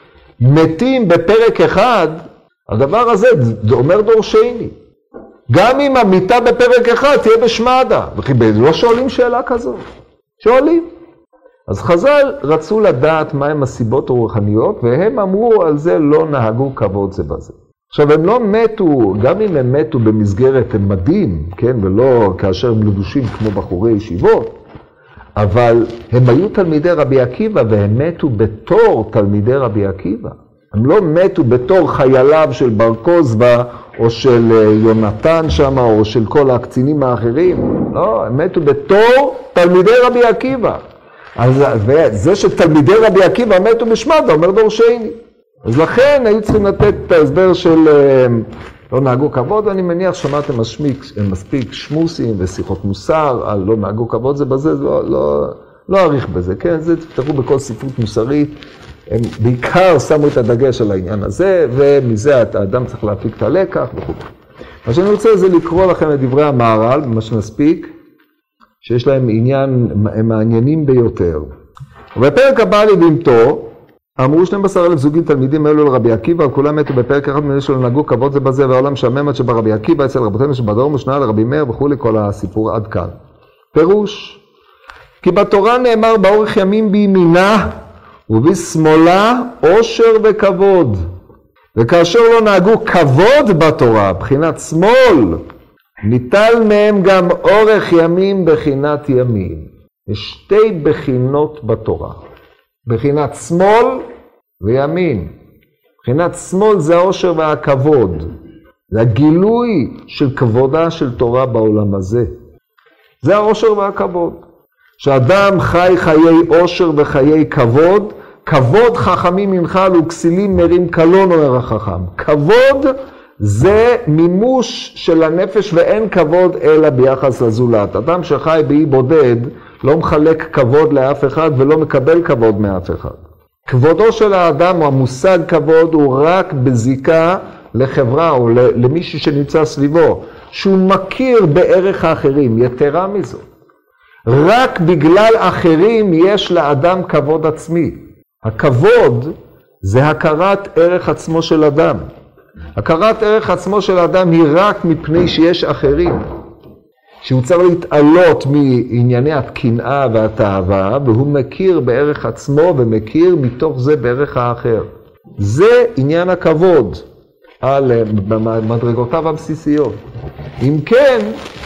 מתים בפרק אחד, הדבר הזה, זה אומר דורשני. גם אם המיטה בפרק אחד תהיה בשמדה, וכי לא שואלים שאלה כזאת, שואלים. אז חז"ל רצו לדעת מהם הסיבות הרוחניות, והם אמרו על זה לא נהגו כבוד זה בזה. עכשיו הם לא מתו, גם אם הם מתו במסגרת מדים, כן, ולא כאשר הם לבושים כמו בחורי ישיבות, אבל הם היו תלמידי רבי עקיבא, והם מתו בתור תלמידי רבי עקיבא. הם לא מתו בתור חייליו של בר כוזבא, או של יונתן שם, או של כל הקצינים האחרים. לא, הם מתו בתור תלמידי רבי עקיבא. אז זה שתלמידי רבי עקיבא מתו בשמדה, אומר דורשני. אז לכן היו צריכים לתת את ההסבר של לא נהגו כבוד, ואני מניח שמעתם מספיק, מספיק שמוסים ושיחות מוסר על לא נהגו כבוד זה בזה, לא, לא, לא אריך בזה, כן? זה תפתחו בכל ספרות מוסרית, הם בעיקר שמו את הדגש על העניין הזה, ומזה האדם צריך להפיק את הלקח וכו'. מה שאני רוצה זה לקרוא לכם את דברי המהר"ל, מה שנספיק, שיש להם עניין, הם מעניינים ביותר. ובפרק הבא לבהמתו, אמרו שנים עשר אלף זוגים תלמידים אלו לרבי עקיבא, וכולם מתו בפרק אחד מזה שלא נהגו כבוד זה בזה, והעולם שממת שברבי עקיבא אצל רבותינו שבדרום ושנה לרבי מאיר וכו' כל הסיפור עד כאן. פירוש, כי בתורה נאמר באורך ימים בימינה ובשמאלה עושר וכבוד. וכאשר לא נהגו כבוד בתורה, בחינת שמאל, ניטל מהם גם אורך ימים בחינת ימים. יש שתי בחינות בתורה. בחינת שמאל וימין. בחינת שמאל זה העושר והכבוד. זה הגילוי של כבודה של תורה בעולם הזה. זה העושר והכבוד. שאדם חי חיי עושר וחיי כבוד, כבוד חכמים ממך וכסילים מרים קלון, אומר החכם. כבוד זה מימוש של הנפש, ואין כבוד אלא ביחס לזולת. אדם שחי באי בודד לא מחלק כבוד לאף אחד ולא מקבל כבוד מאף אחד. כבודו של האדם, או המושג כבוד, הוא רק בזיקה לחברה או למישהו שנמצא סביבו, שהוא מכיר בערך האחרים. יתרה מזו, רק בגלל אחרים יש לאדם כבוד עצמי. הכבוד זה הכרת ערך עצמו של אדם. הכרת ערך עצמו של אדם היא רק מפני שיש אחרים. שהוא צריך להתעלות מענייני הקנאה והתאווה, והוא מכיר בערך עצמו ומכיר מתוך זה בערך האחר. זה עניין הכבוד על מדרגותיו הבסיסיות. אם כן,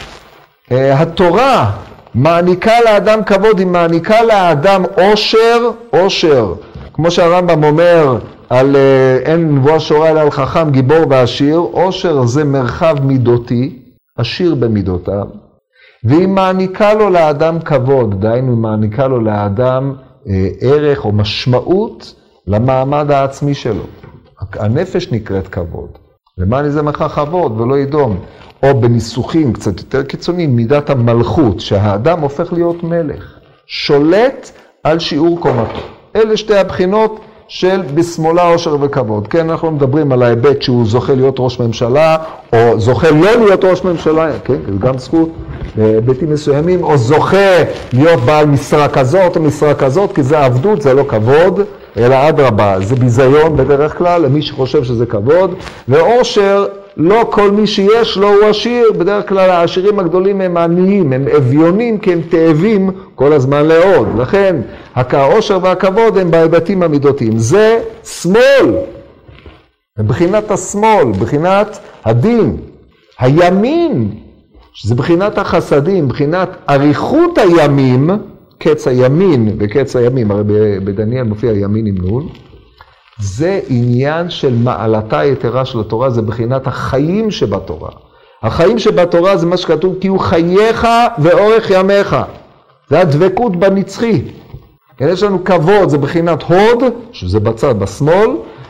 התורה מעניקה לאדם כבוד, היא מעניקה לאדם עושר, עושר. כמו שהרמב"ם אומר על אין נבואה שורה אלא על חכם, גיבור ועשיר, עושר זה מרחב מידותי, עשיר במידותיו, והיא מעניקה לו לאדם כבוד, דהיינו היא מעניקה לו לאדם אה, ערך או משמעות למעמד העצמי שלו. הנפש נקראת כבוד. למען זה מחר כבוד ולא ידום. או בניסוחים קצת יותר קיצוניים, מידת המלכות, שהאדם הופך להיות מלך, שולט על שיעור קומתו. אלה שתי הבחינות של בשמאלה עושר וכבוד. כן, אנחנו מדברים על ההיבט שהוא זוכה להיות ראש ממשלה, או זוכה לא להיות ראש ממשלה, כן, זה גם זכות בהיבטים מסוימים, או זוכה להיות בעל משרה כזאת או משרה כזאת, כי זה עבדות, זה לא כבוד, אלא אדרבה, זה ביזיון בדרך כלל למי שחושב שזה כבוד, ועושר, לא כל מי שיש לו הוא עשיר, בדרך כלל העשירים הגדולים הם עניים, הם אביונים כי הם תאבים כל הזמן לעוד. לכן העושר והכבוד הם בהיבטים המידותיים. זה שמאל, בחינת השמאל, בחינת הדין. הימין, שזה בחינת החסדים, בחינת אריכות הימים, קץ הימין וקץ הימים, הרי בדניאל מופיע ימין עם נון, זה עניין של מעלתה היתרה של התורה, זה בחינת החיים שבתורה. החיים שבתורה זה מה שכתוב, כי הוא חייך ואורך ימיך. זה הדבקות בנצחי. כן, יש לנו כבוד, זה בחינת הוד, שזה בצד בשמאל,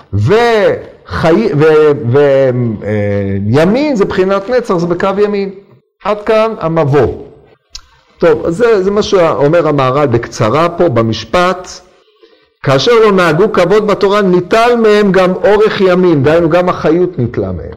וימין זה בחינת נצח, זה בקו ימין. עד כאן המבוא. טוב, אז זה, זה מה שאומר המהר"ל בקצרה פה במשפט. כאשר לא נהגו כבוד בתורה, ניטל מהם גם אורך ימים, דהיינו גם החיות ניטלה מהם.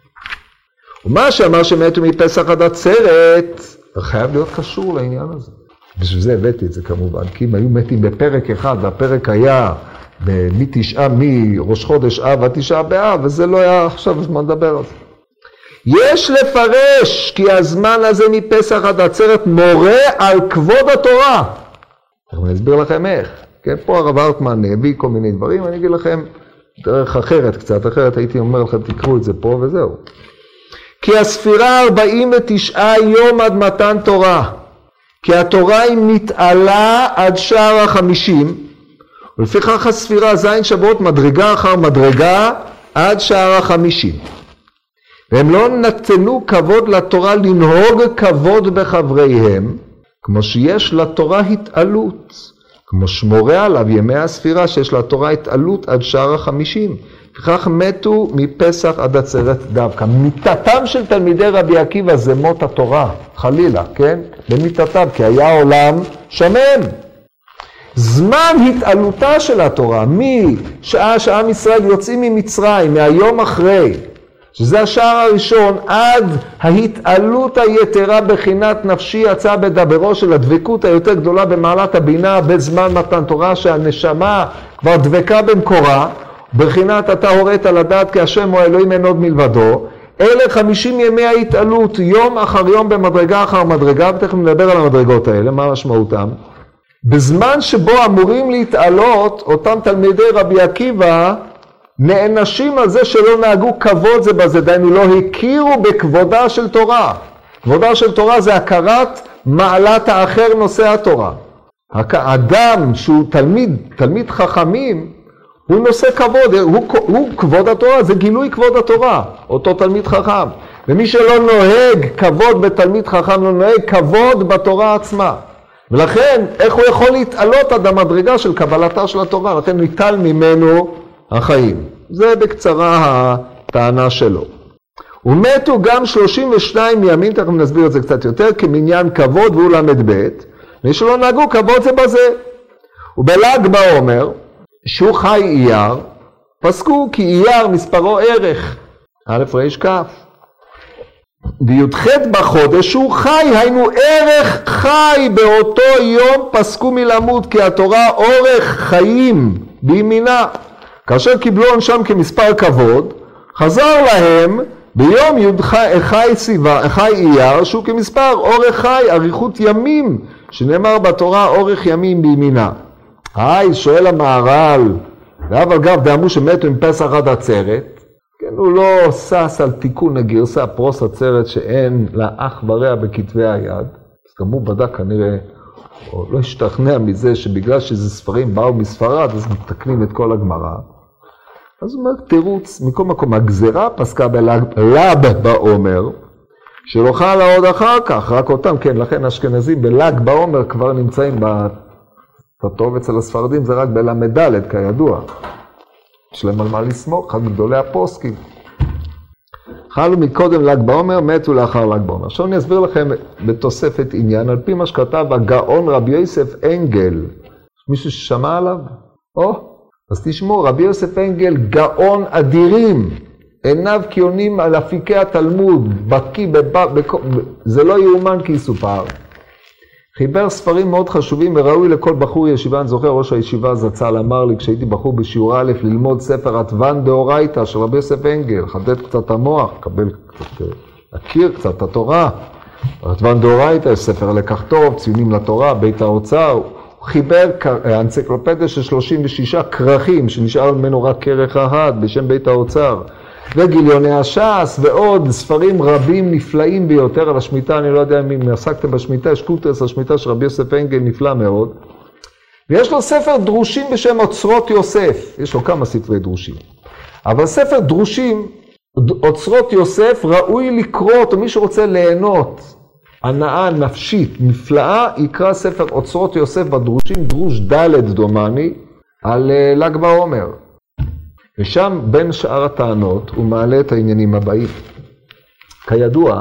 ומה שאמר שמתו מפסח עד עצרת, חייב להיות קשור לעניין הזה. בשביל זה הבאתי את זה כמובן, כי אם היו מתים בפרק אחד, והפרק היה מתשעה, מראש חודש אב עד תשעה באב, וזה לא היה עכשיו זמן לדבר על זה. יש לפרש כי הזמן הזה מפסח עד עצרת מורה על כבוד התורה. אני אסביר לכם איך. כן, פה הרב הרטמן הביא כל מיני דברים, אני אגיד לכם דרך אחרת, קצת אחרת, הייתי אומר לכם, תקראו את זה פה וזהו. כי הספירה ארבעים ותשעה יום עד מתן תורה, כי התורה היא מתעלה עד שער החמישים, ולפיכך הספירה זין שבועות מדרגה אחר מדרגה עד שער החמישים. והם לא נתנו כבוד לתורה לנהוג כבוד בחבריהם, כמו שיש לתורה התעלות. כמו שמורה עליו ימי הספירה שיש לתורה התעלות עד שער החמישים. כך מתו מפסח עד עצרת דווקא. מיתתם של תלמידי רבי עקיבא זה מות התורה, חלילה, כן? במיתתם, כי היה עולם שמן. זמן התעלותה של התורה, משעה שעם ישראל יוצאים ממצרים, מהיום אחרי, שזה השער הראשון, עד ההתעלות היתרה בחינת נפשי יצא בדברו של הדבקות היותר גדולה במעלת הבינה בזמן מתן תורה, שהנשמה כבר דבקה במקורה, בחינת אתה הורית לדעת כי השם הוא האלוהים אין עוד מלבדו. אלה חמישים ימי ההתעלות, יום אחר יום במדרגה אחר מדרגה, ותכף נדבר על המדרגות האלה, מה משמעותם. בזמן שבו אמורים להתעלות, אותם תלמידי רבי עקיבא, נענשים על זה שלא נהגו כבוד זה בזה, דיינו לא הכירו בכבודה של תורה. כבודה של תורה זה הכרת מעלת האחר נושא התורה. האדם שהוא תלמיד, תלמיד חכמים, הוא נושא כבוד, הוא, הוא כבוד התורה, זה גילוי כבוד התורה, אותו תלמיד חכם. ומי שלא נוהג כבוד בתלמיד חכם, לא נוהג כבוד בתורה עצמה. ולכן, איך הוא יכול להתעלות עד המדרגה של קבלתה של התורה? לכן ניטל ממנו החיים. זה בקצרה הטענה שלו. ומתו גם שלושים ושניים ימים, תכף נסביר את זה קצת יותר, כמניין כבוד והוא למד ב', מי שלא נהגו כבוד זה בזה. ובל"ג בעומר, שהוא חי אייר, פסקו כי אייר מספרו ערך, א' ר' כ'. בי"ח בחודש שהוא חי, היינו ערך חי באותו יום פסקו מלמות, כי התורה אורך חיים בימינה. כאשר קיבלו עונשם כמספר כבוד, חזר להם ביום י' חי סיבה, חי אייר, שהוא כמספר אורך חי, אריכות ימים, שנאמר בתורה אורך ימים בימינה. היי, שואל המהר"ל, ואף אגב דאמרו שמתו עם פסח עד עצרת, כן, הוא לא סס על תיקון הגרסה פרוס עצרת שאין לה אח ורע בכתבי היד, אז גם הוא בדק כנראה, או לא השתכנע מזה שבגלל שזה ספרים באו מספרד, אז מתקנים את כל הגמרא. אז הוא אומר, תירוץ, מכל מקום, הגזרה פסקה בל"ג בעומר, שלא חלה עוד אחר כך, רק אותם, כן, לכן אשכנזים בל"ג בעומר כבר נמצאים בטוב אצל הספרדים, זה רק בל"ד, כידוע. יש להם על מה לסמוך, אחד מגדולי הפוסקים. חלו מקודם ל"ג בעומר, מתו לאחר ל"ג בעומר. עכשיו אני אסביר לכם בתוספת עניין, על פי מה שכתב הגאון רבי יוסף אנגל. מישהו ששמע עליו? או, אז תשמעו, רבי יוסף אנגל גאון אדירים, עיניו קיונים על אפיקי התלמוד, בקי, בק... זה לא יאומן כי יסופר. חיבר ספרים מאוד חשובים וראוי לכל בחור ישיבה. אני זוכר ראש הישיבה זצ"ל אמר לי כשהייתי בחור בשיעור א' ללמוד ספר עטוון דאורייתא של רבי יוסף אנגל, חדד קצת המוח, קבל קצת, להכיר קצת את התורה. עטוון דאורייתא, ספר לקח טוב, ציונים לתורה, בית האוצר. הוא חיבר אנציקלופדיה של שלושים ושישה כרכים שנשאר ממנו רק כרך אחד בשם בית האוצר. וגיליוני הש"ס ועוד ספרים רבים נפלאים ביותר על השמיטה. אני לא יודע אם עסקתם בשמיטה, יש קוטרס השמיטה של רבי יוסף אנגל נפלא מאוד. ויש לו ספר דרושים בשם אוצרות יוסף, יש לו כמה ספרי דרושים. אבל ספר דרושים, אוצרות יוסף, ראוי לקרוא אותו, מי שרוצה ליהנות, הנאה נפשית נפלאה, יקרא ספר אוצרות יוסף בדרושים, דרוש ד' דומני, על ל"ג בעומר. ושם בין שאר הטענות הוא מעלה את העניינים הבאים. כידוע,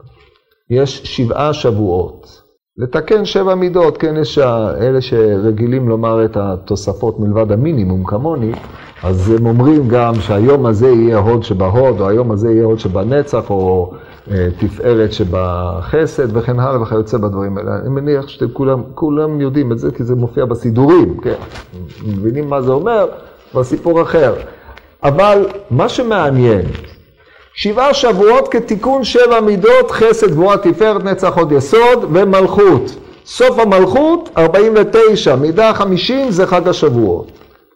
יש שבעה שבועות. לתקן שבע מידות, כן, יש אלה שרגילים לומר את התוספות מלבד המינימום כמוני, אז הם אומרים גם שהיום הזה יהיה הוד שבהוד, או היום הזה יהיה הוד שבנצח, או אה, תפארת שבחסד, וכן הלאה וכיוצא בדברים האלה. אני מניח שאתם כולם, כולם יודעים את זה, כי זה מופיע בסידורים, כן. מבינים מה זה אומר? בסיפור אחר. אבל מה שמעניין, שבעה שבועות כתיקון שבע מידות, חסד, גבורה, תפארת, נצח, הוד, יסוד ומלכות. סוף המלכות, ארבעים ותשע, מידה חמישים זה חג השבועות.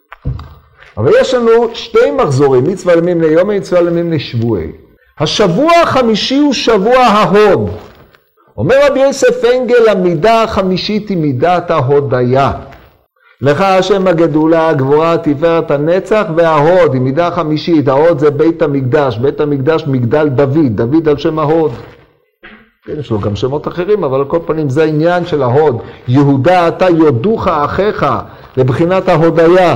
אבל יש לנו שתי מחזורים, מצווה למימני יום ומצווה למימני שבועי. השבוע החמישי הוא שבוע ההוד. אומר רבי יוסף אנגל, המידה החמישית היא מידת ההודיה. לך השם הגדולה, הגבורה, תפארת, הנצח וההוד, היא מידה חמישית. ההוד זה בית המקדש, בית המקדש מגדל דוד, דוד על שם ההוד. כן, יש לו גם שמות אחרים, אבל על כל פנים זה העניין של ההוד. יהודה אתה יודוך אחיך, לבחינת ההודיה.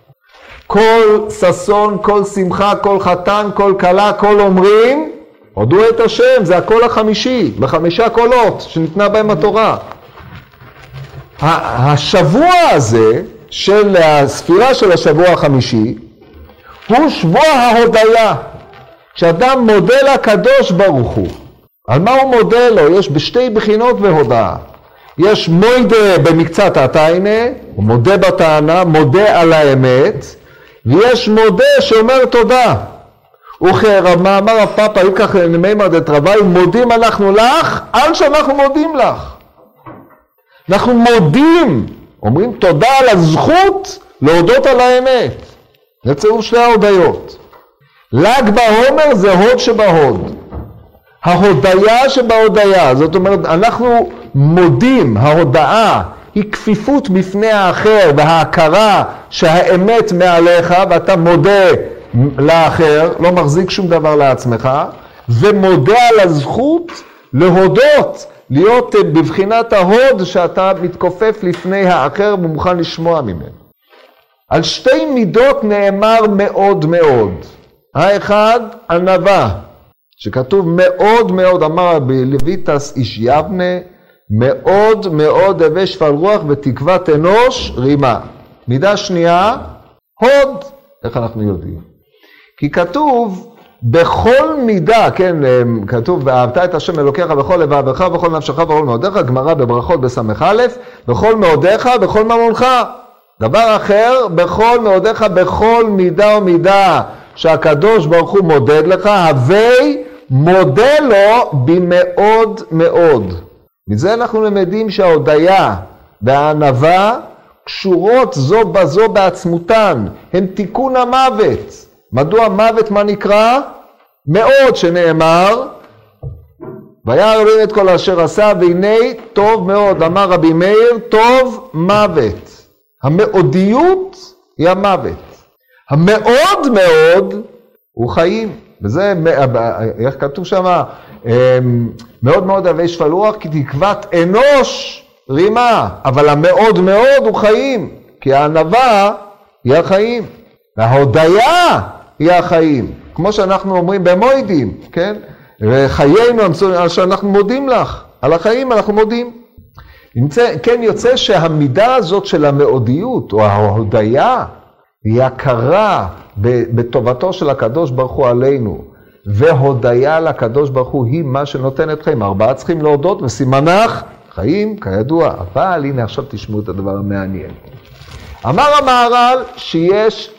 כל ששון, כל שמחה, כל חתן, כל כלה, כל אומרים, הודו את השם, זה הקול החמישי, בחמישה קולות שניתנה בהם התורה. השבוע הזה של הספירה של השבוע החמישי הוא שבוע ההודיה, כשאדם מודה לקדוש ברוך הוא. על מה הוא מודה לו? יש בשתי בחינות בהודאה. יש מוידה במקצת התיינה, הוא מודה בטענה, מודה על האמת, ויש מודה שאומר תודה. וכמאמר הפאפה, היו כך נמימר דתרבי, מודים אנחנו לך, על שאנחנו מודים לך. אנחנו מודים, אומרים תודה על הזכות להודות על האמת. זה צירוף שתי ההודיות. ל"ג בעומר זה הוד שבהוד. ההודיה שבהודיה, זאת אומרת, אנחנו מודים, ההודאה היא כפיפות בפני האחר וההכרה שהאמת מעליך ואתה מודה לאחר, לא מחזיק שום דבר לעצמך, ומודה על הזכות להודות, להיות בבחינת ההוד שאתה מתכופף לפני האחר ומוכן לשמוע ממנו. על שתי מידות נאמר מאוד מאוד. האחד, ענווה, שכתוב מאוד מאוד, אמר בלויטס איש יבנה, מאוד מאוד הווה שפל רוח ותקוות אנוש רימה. מידה שנייה, הוד. איך אנחנו יודעים? כי כתוב בכל מידה, כן, כתוב, ואהבת את השם אלוקיך בכל לבבך, בכל נפשך, בכל מאודיך, גמרא בברכות בסמך א', בכל מאודיך, בכל ממונך. דבר אחר, בכל מאודיך, בכל מידה ומידה שהקדוש ברוך הוא מודד לך, הווי מודה לו במאוד מאוד. מזה אנחנו למדים שההודיה והענווה קשורות זו בזו בעצמותן, הן תיקון המוות. מדוע מוות מה נקרא? מאוד, שנאמר, וירא אלוהים את כל אשר עשה, והנה טוב מאוד, אמר רבי מאיר, טוב מוות. המאודיות היא המוות. המאוד מאוד הוא חיים. וזה, איך כתוב שם, מאוד מאוד הווה שפל רוח, כי תקוות אנוש רימה, אבל המאוד מאוד הוא חיים, כי הענווה היא החיים, וההודיה היא החיים, כמו שאנחנו אומרים במועדים, כן? וחיינו, שאנחנו מודים לך, על החיים אנחנו מודים. ימצא, כן, יוצא שהמידה הזאת של המאודיות, או ההודיה, היא הכרה בטובתו של הקדוש ברוך הוא עלינו, והודיה לקדוש ברוך הוא היא מה שנותן את חיים. ארבעה צריכים להודות וסימנך חיים, כידוע. אבל הנה עכשיו תשמעו את הדבר המעניין. אמר המהר"ל שיש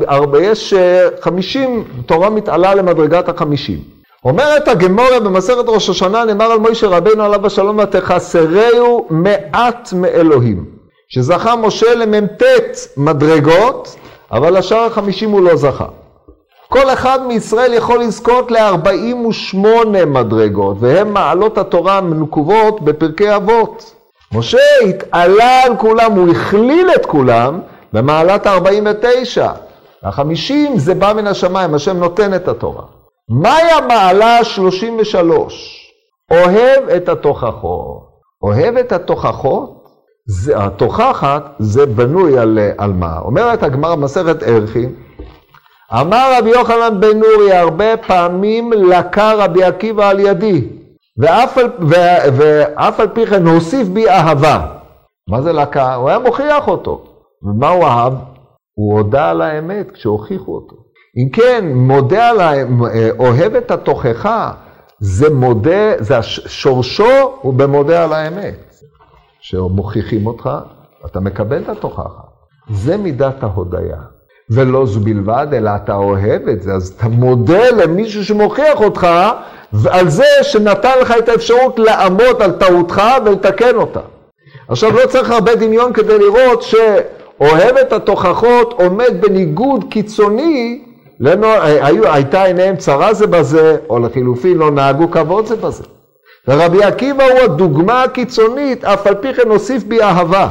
יש חמישים, תורה מתעלה למדרגת החמישים. אומרת הגמורה במסכת ראש השנה, נאמר על מוישה רבינו עליו השלום, ותחסרהו מעט מאלוהים. שזכה משה לממתת מדרגות, אבל השאר החמישים הוא לא זכה. כל אחד מישראל יכול לזכות ל-ארבעים ושמונה מדרגות, והם מעלות התורה המנוקבות בפרקי אבות. משה התעלה על כולם, הוא הכליל את כולם במעלת ה-ארבעים ותשע. ה-חמישים זה בא מן השמיים, השם נותן את התורה. מהי המעלה ה-שלושים ושלוש? אוהב את התוכחות. אוהב את התוכחות? זה, התוכחת זה בנוי על, על מה? אומרת הגמרא במסכת ערכין, אמר רבי יוחנן בן נורי, הרבה פעמים לקה רבי עקיבא על ידי, ואף על, ו, ואף על פי כן הוסיף בי אהבה. מה זה לקה? הוא היה מוכיח אותו. ומה הוא אהב? הוא הודה על האמת כשהוכיחו אותו. אם כן, מודה על האמת, אוהב את התוכחה, זה מודה, זה שורשו הוא במודה על האמת. שמוכיחים אותך, אתה מקבל את התוכחה. זה מידת ההודיה. ולא זו בלבד, אלא אתה אוהב את זה, אז אתה מודה למישהו שמוכיח אותך, ועל זה שנתן לך את האפשרות לעמוד על טעותך ולתקן אותה. עכשיו לא צריך הרבה דמיון כדי לראות שאוהב את התוכחות עומד בניגוד קיצוני, לנו, הייתה עיניהם צרה זה בזה, או לחילופין לא נהגו כבוד זה בזה. ורבי עקיבא הוא הדוגמה הקיצונית, אף על פי כן הוסיף בי אהבה.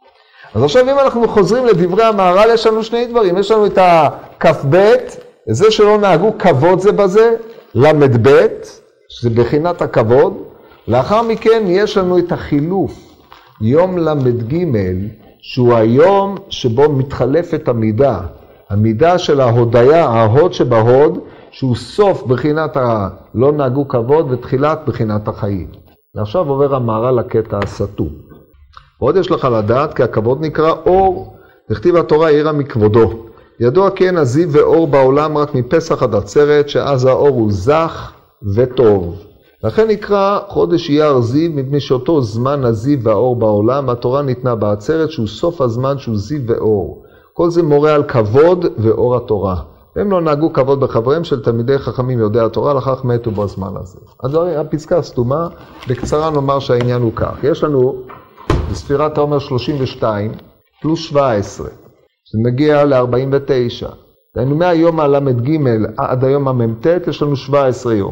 אז עכשיו אם אנחנו חוזרים לדברי המהר"ל, יש לנו שני דברים. יש לנו את הכף בית, זה שלא נהגו כבוד זה בזה, למד בית, שזה בחינת הכבוד. לאחר מכן יש לנו את החילוף, יום למד ג', שהוא היום שבו מתחלפת המידה. המידה של ההודיה, ההוד שבהוד, שהוא סוף בחינת הלא נהגו כבוד ותחילת בחינת החיים. ועכשיו עובר המהר"ל לקטע הסתום. ועוד יש לך לדעת, כי הכבוד נקרא אור, וכתיב התורה עירה מכבודו. ידוע כן הזיו ואור בעולם רק מפסח עד עצרת, שאז האור הוא זך וטוב. לכן נקרא חודש אייר זיו, מפני שאותו זמן הזיו והאור בעולם, התורה ניתנה בעצרת שהוא סוף הזמן שהוא זיו ואור. כל זה מורה על כבוד ואור התורה. הם לא נהגו כבוד בחבריהם של תלמידי חכמים יודעי התורה, לכך מתו בזמן הזה. הדבר, הפסקה הסתומה, בקצרה נאמר שהעניין הוא כך. יש לנו בספירת העומר שלושים ושתיים פלוס שבע עשרה, זה מגיע ל-ארבעים ותשע. דהיינו מהיום הלמד ג' עד היום המ"ט יש לנו שבע עשרה יום.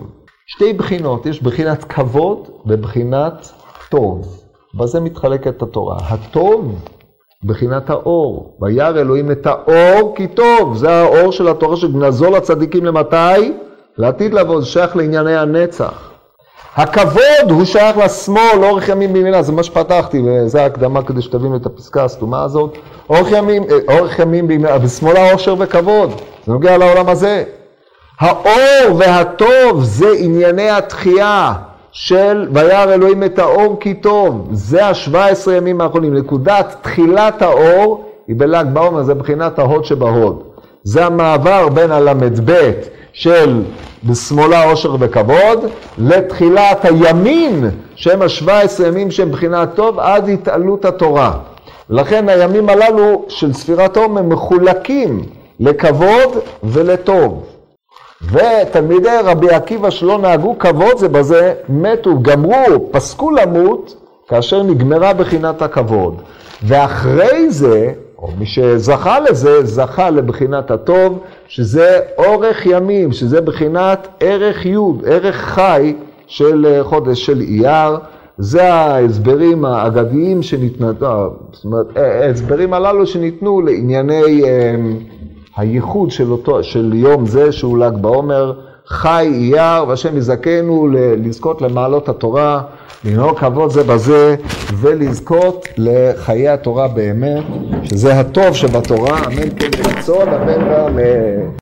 שתי בחינות, יש בחינת כבוד ובחינת טוב. בזה מתחלקת התורה. הטוב, בחינת האור. וירא אלוהים את האור כי טוב. זה האור של התורה שגנזו לצדיקים למתי? לעתיד לבוא, זה שייך לענייני הנצח. הכבוד הוא שייך לשמאל, אורך ימים בימינה, זה מה שפתחתי, וזה ההקדמה כדי שתבינו את הפסקה הסתומה הזאת. אורך ימים, אורך ימים בימינה, בשמאלה אושר וכבוד, זה נוגע לעולם הזה. האור והטוב זה ענייני התחייה של וירא אלוהים את האור כי טוב. זה ה-שבעה עשר ימים האחרונים. נקודת תחילת האור היא בל"ג בעומר, זה בחינת ההוד שבהוד. זה המעבר בין הל"ב של בשמאלה אושר וכבוד, לתחילת הימים שהם ה-שבעה עשר ימים שהם בחינת טוב עד התעלות התורה. לכן הימים הללו של ספירת האור הם מחולקים לכבוד ולטוב. ותלמידי רבי עקיבא שלא נהגו כבוד זה בזה, מתו, גמרו, פסקו למות, כאשר נגמרה בחינת הכבוד. ואחרי זה, או מי שזכה לזה, זכה לבחינת הטוב, שזה אורך ימים, שזה בחינת ערך יוד, ערך חי של חודש של אייר. זה ההסברים האגדיים שניתנו, זאת אומרת, ההסברים הללו שניתנו לענייני הייחוד של, אותו, של יום זה שהוא ל"ג בעומר, חי אייר, והשם יזכנו לזכות למעלות התורה, לנהוג כבוד זה בזה, ולזכות לחיי התורה באמת, שזה הטוב שבתורה, אמן כן רצון, אמן ואמן.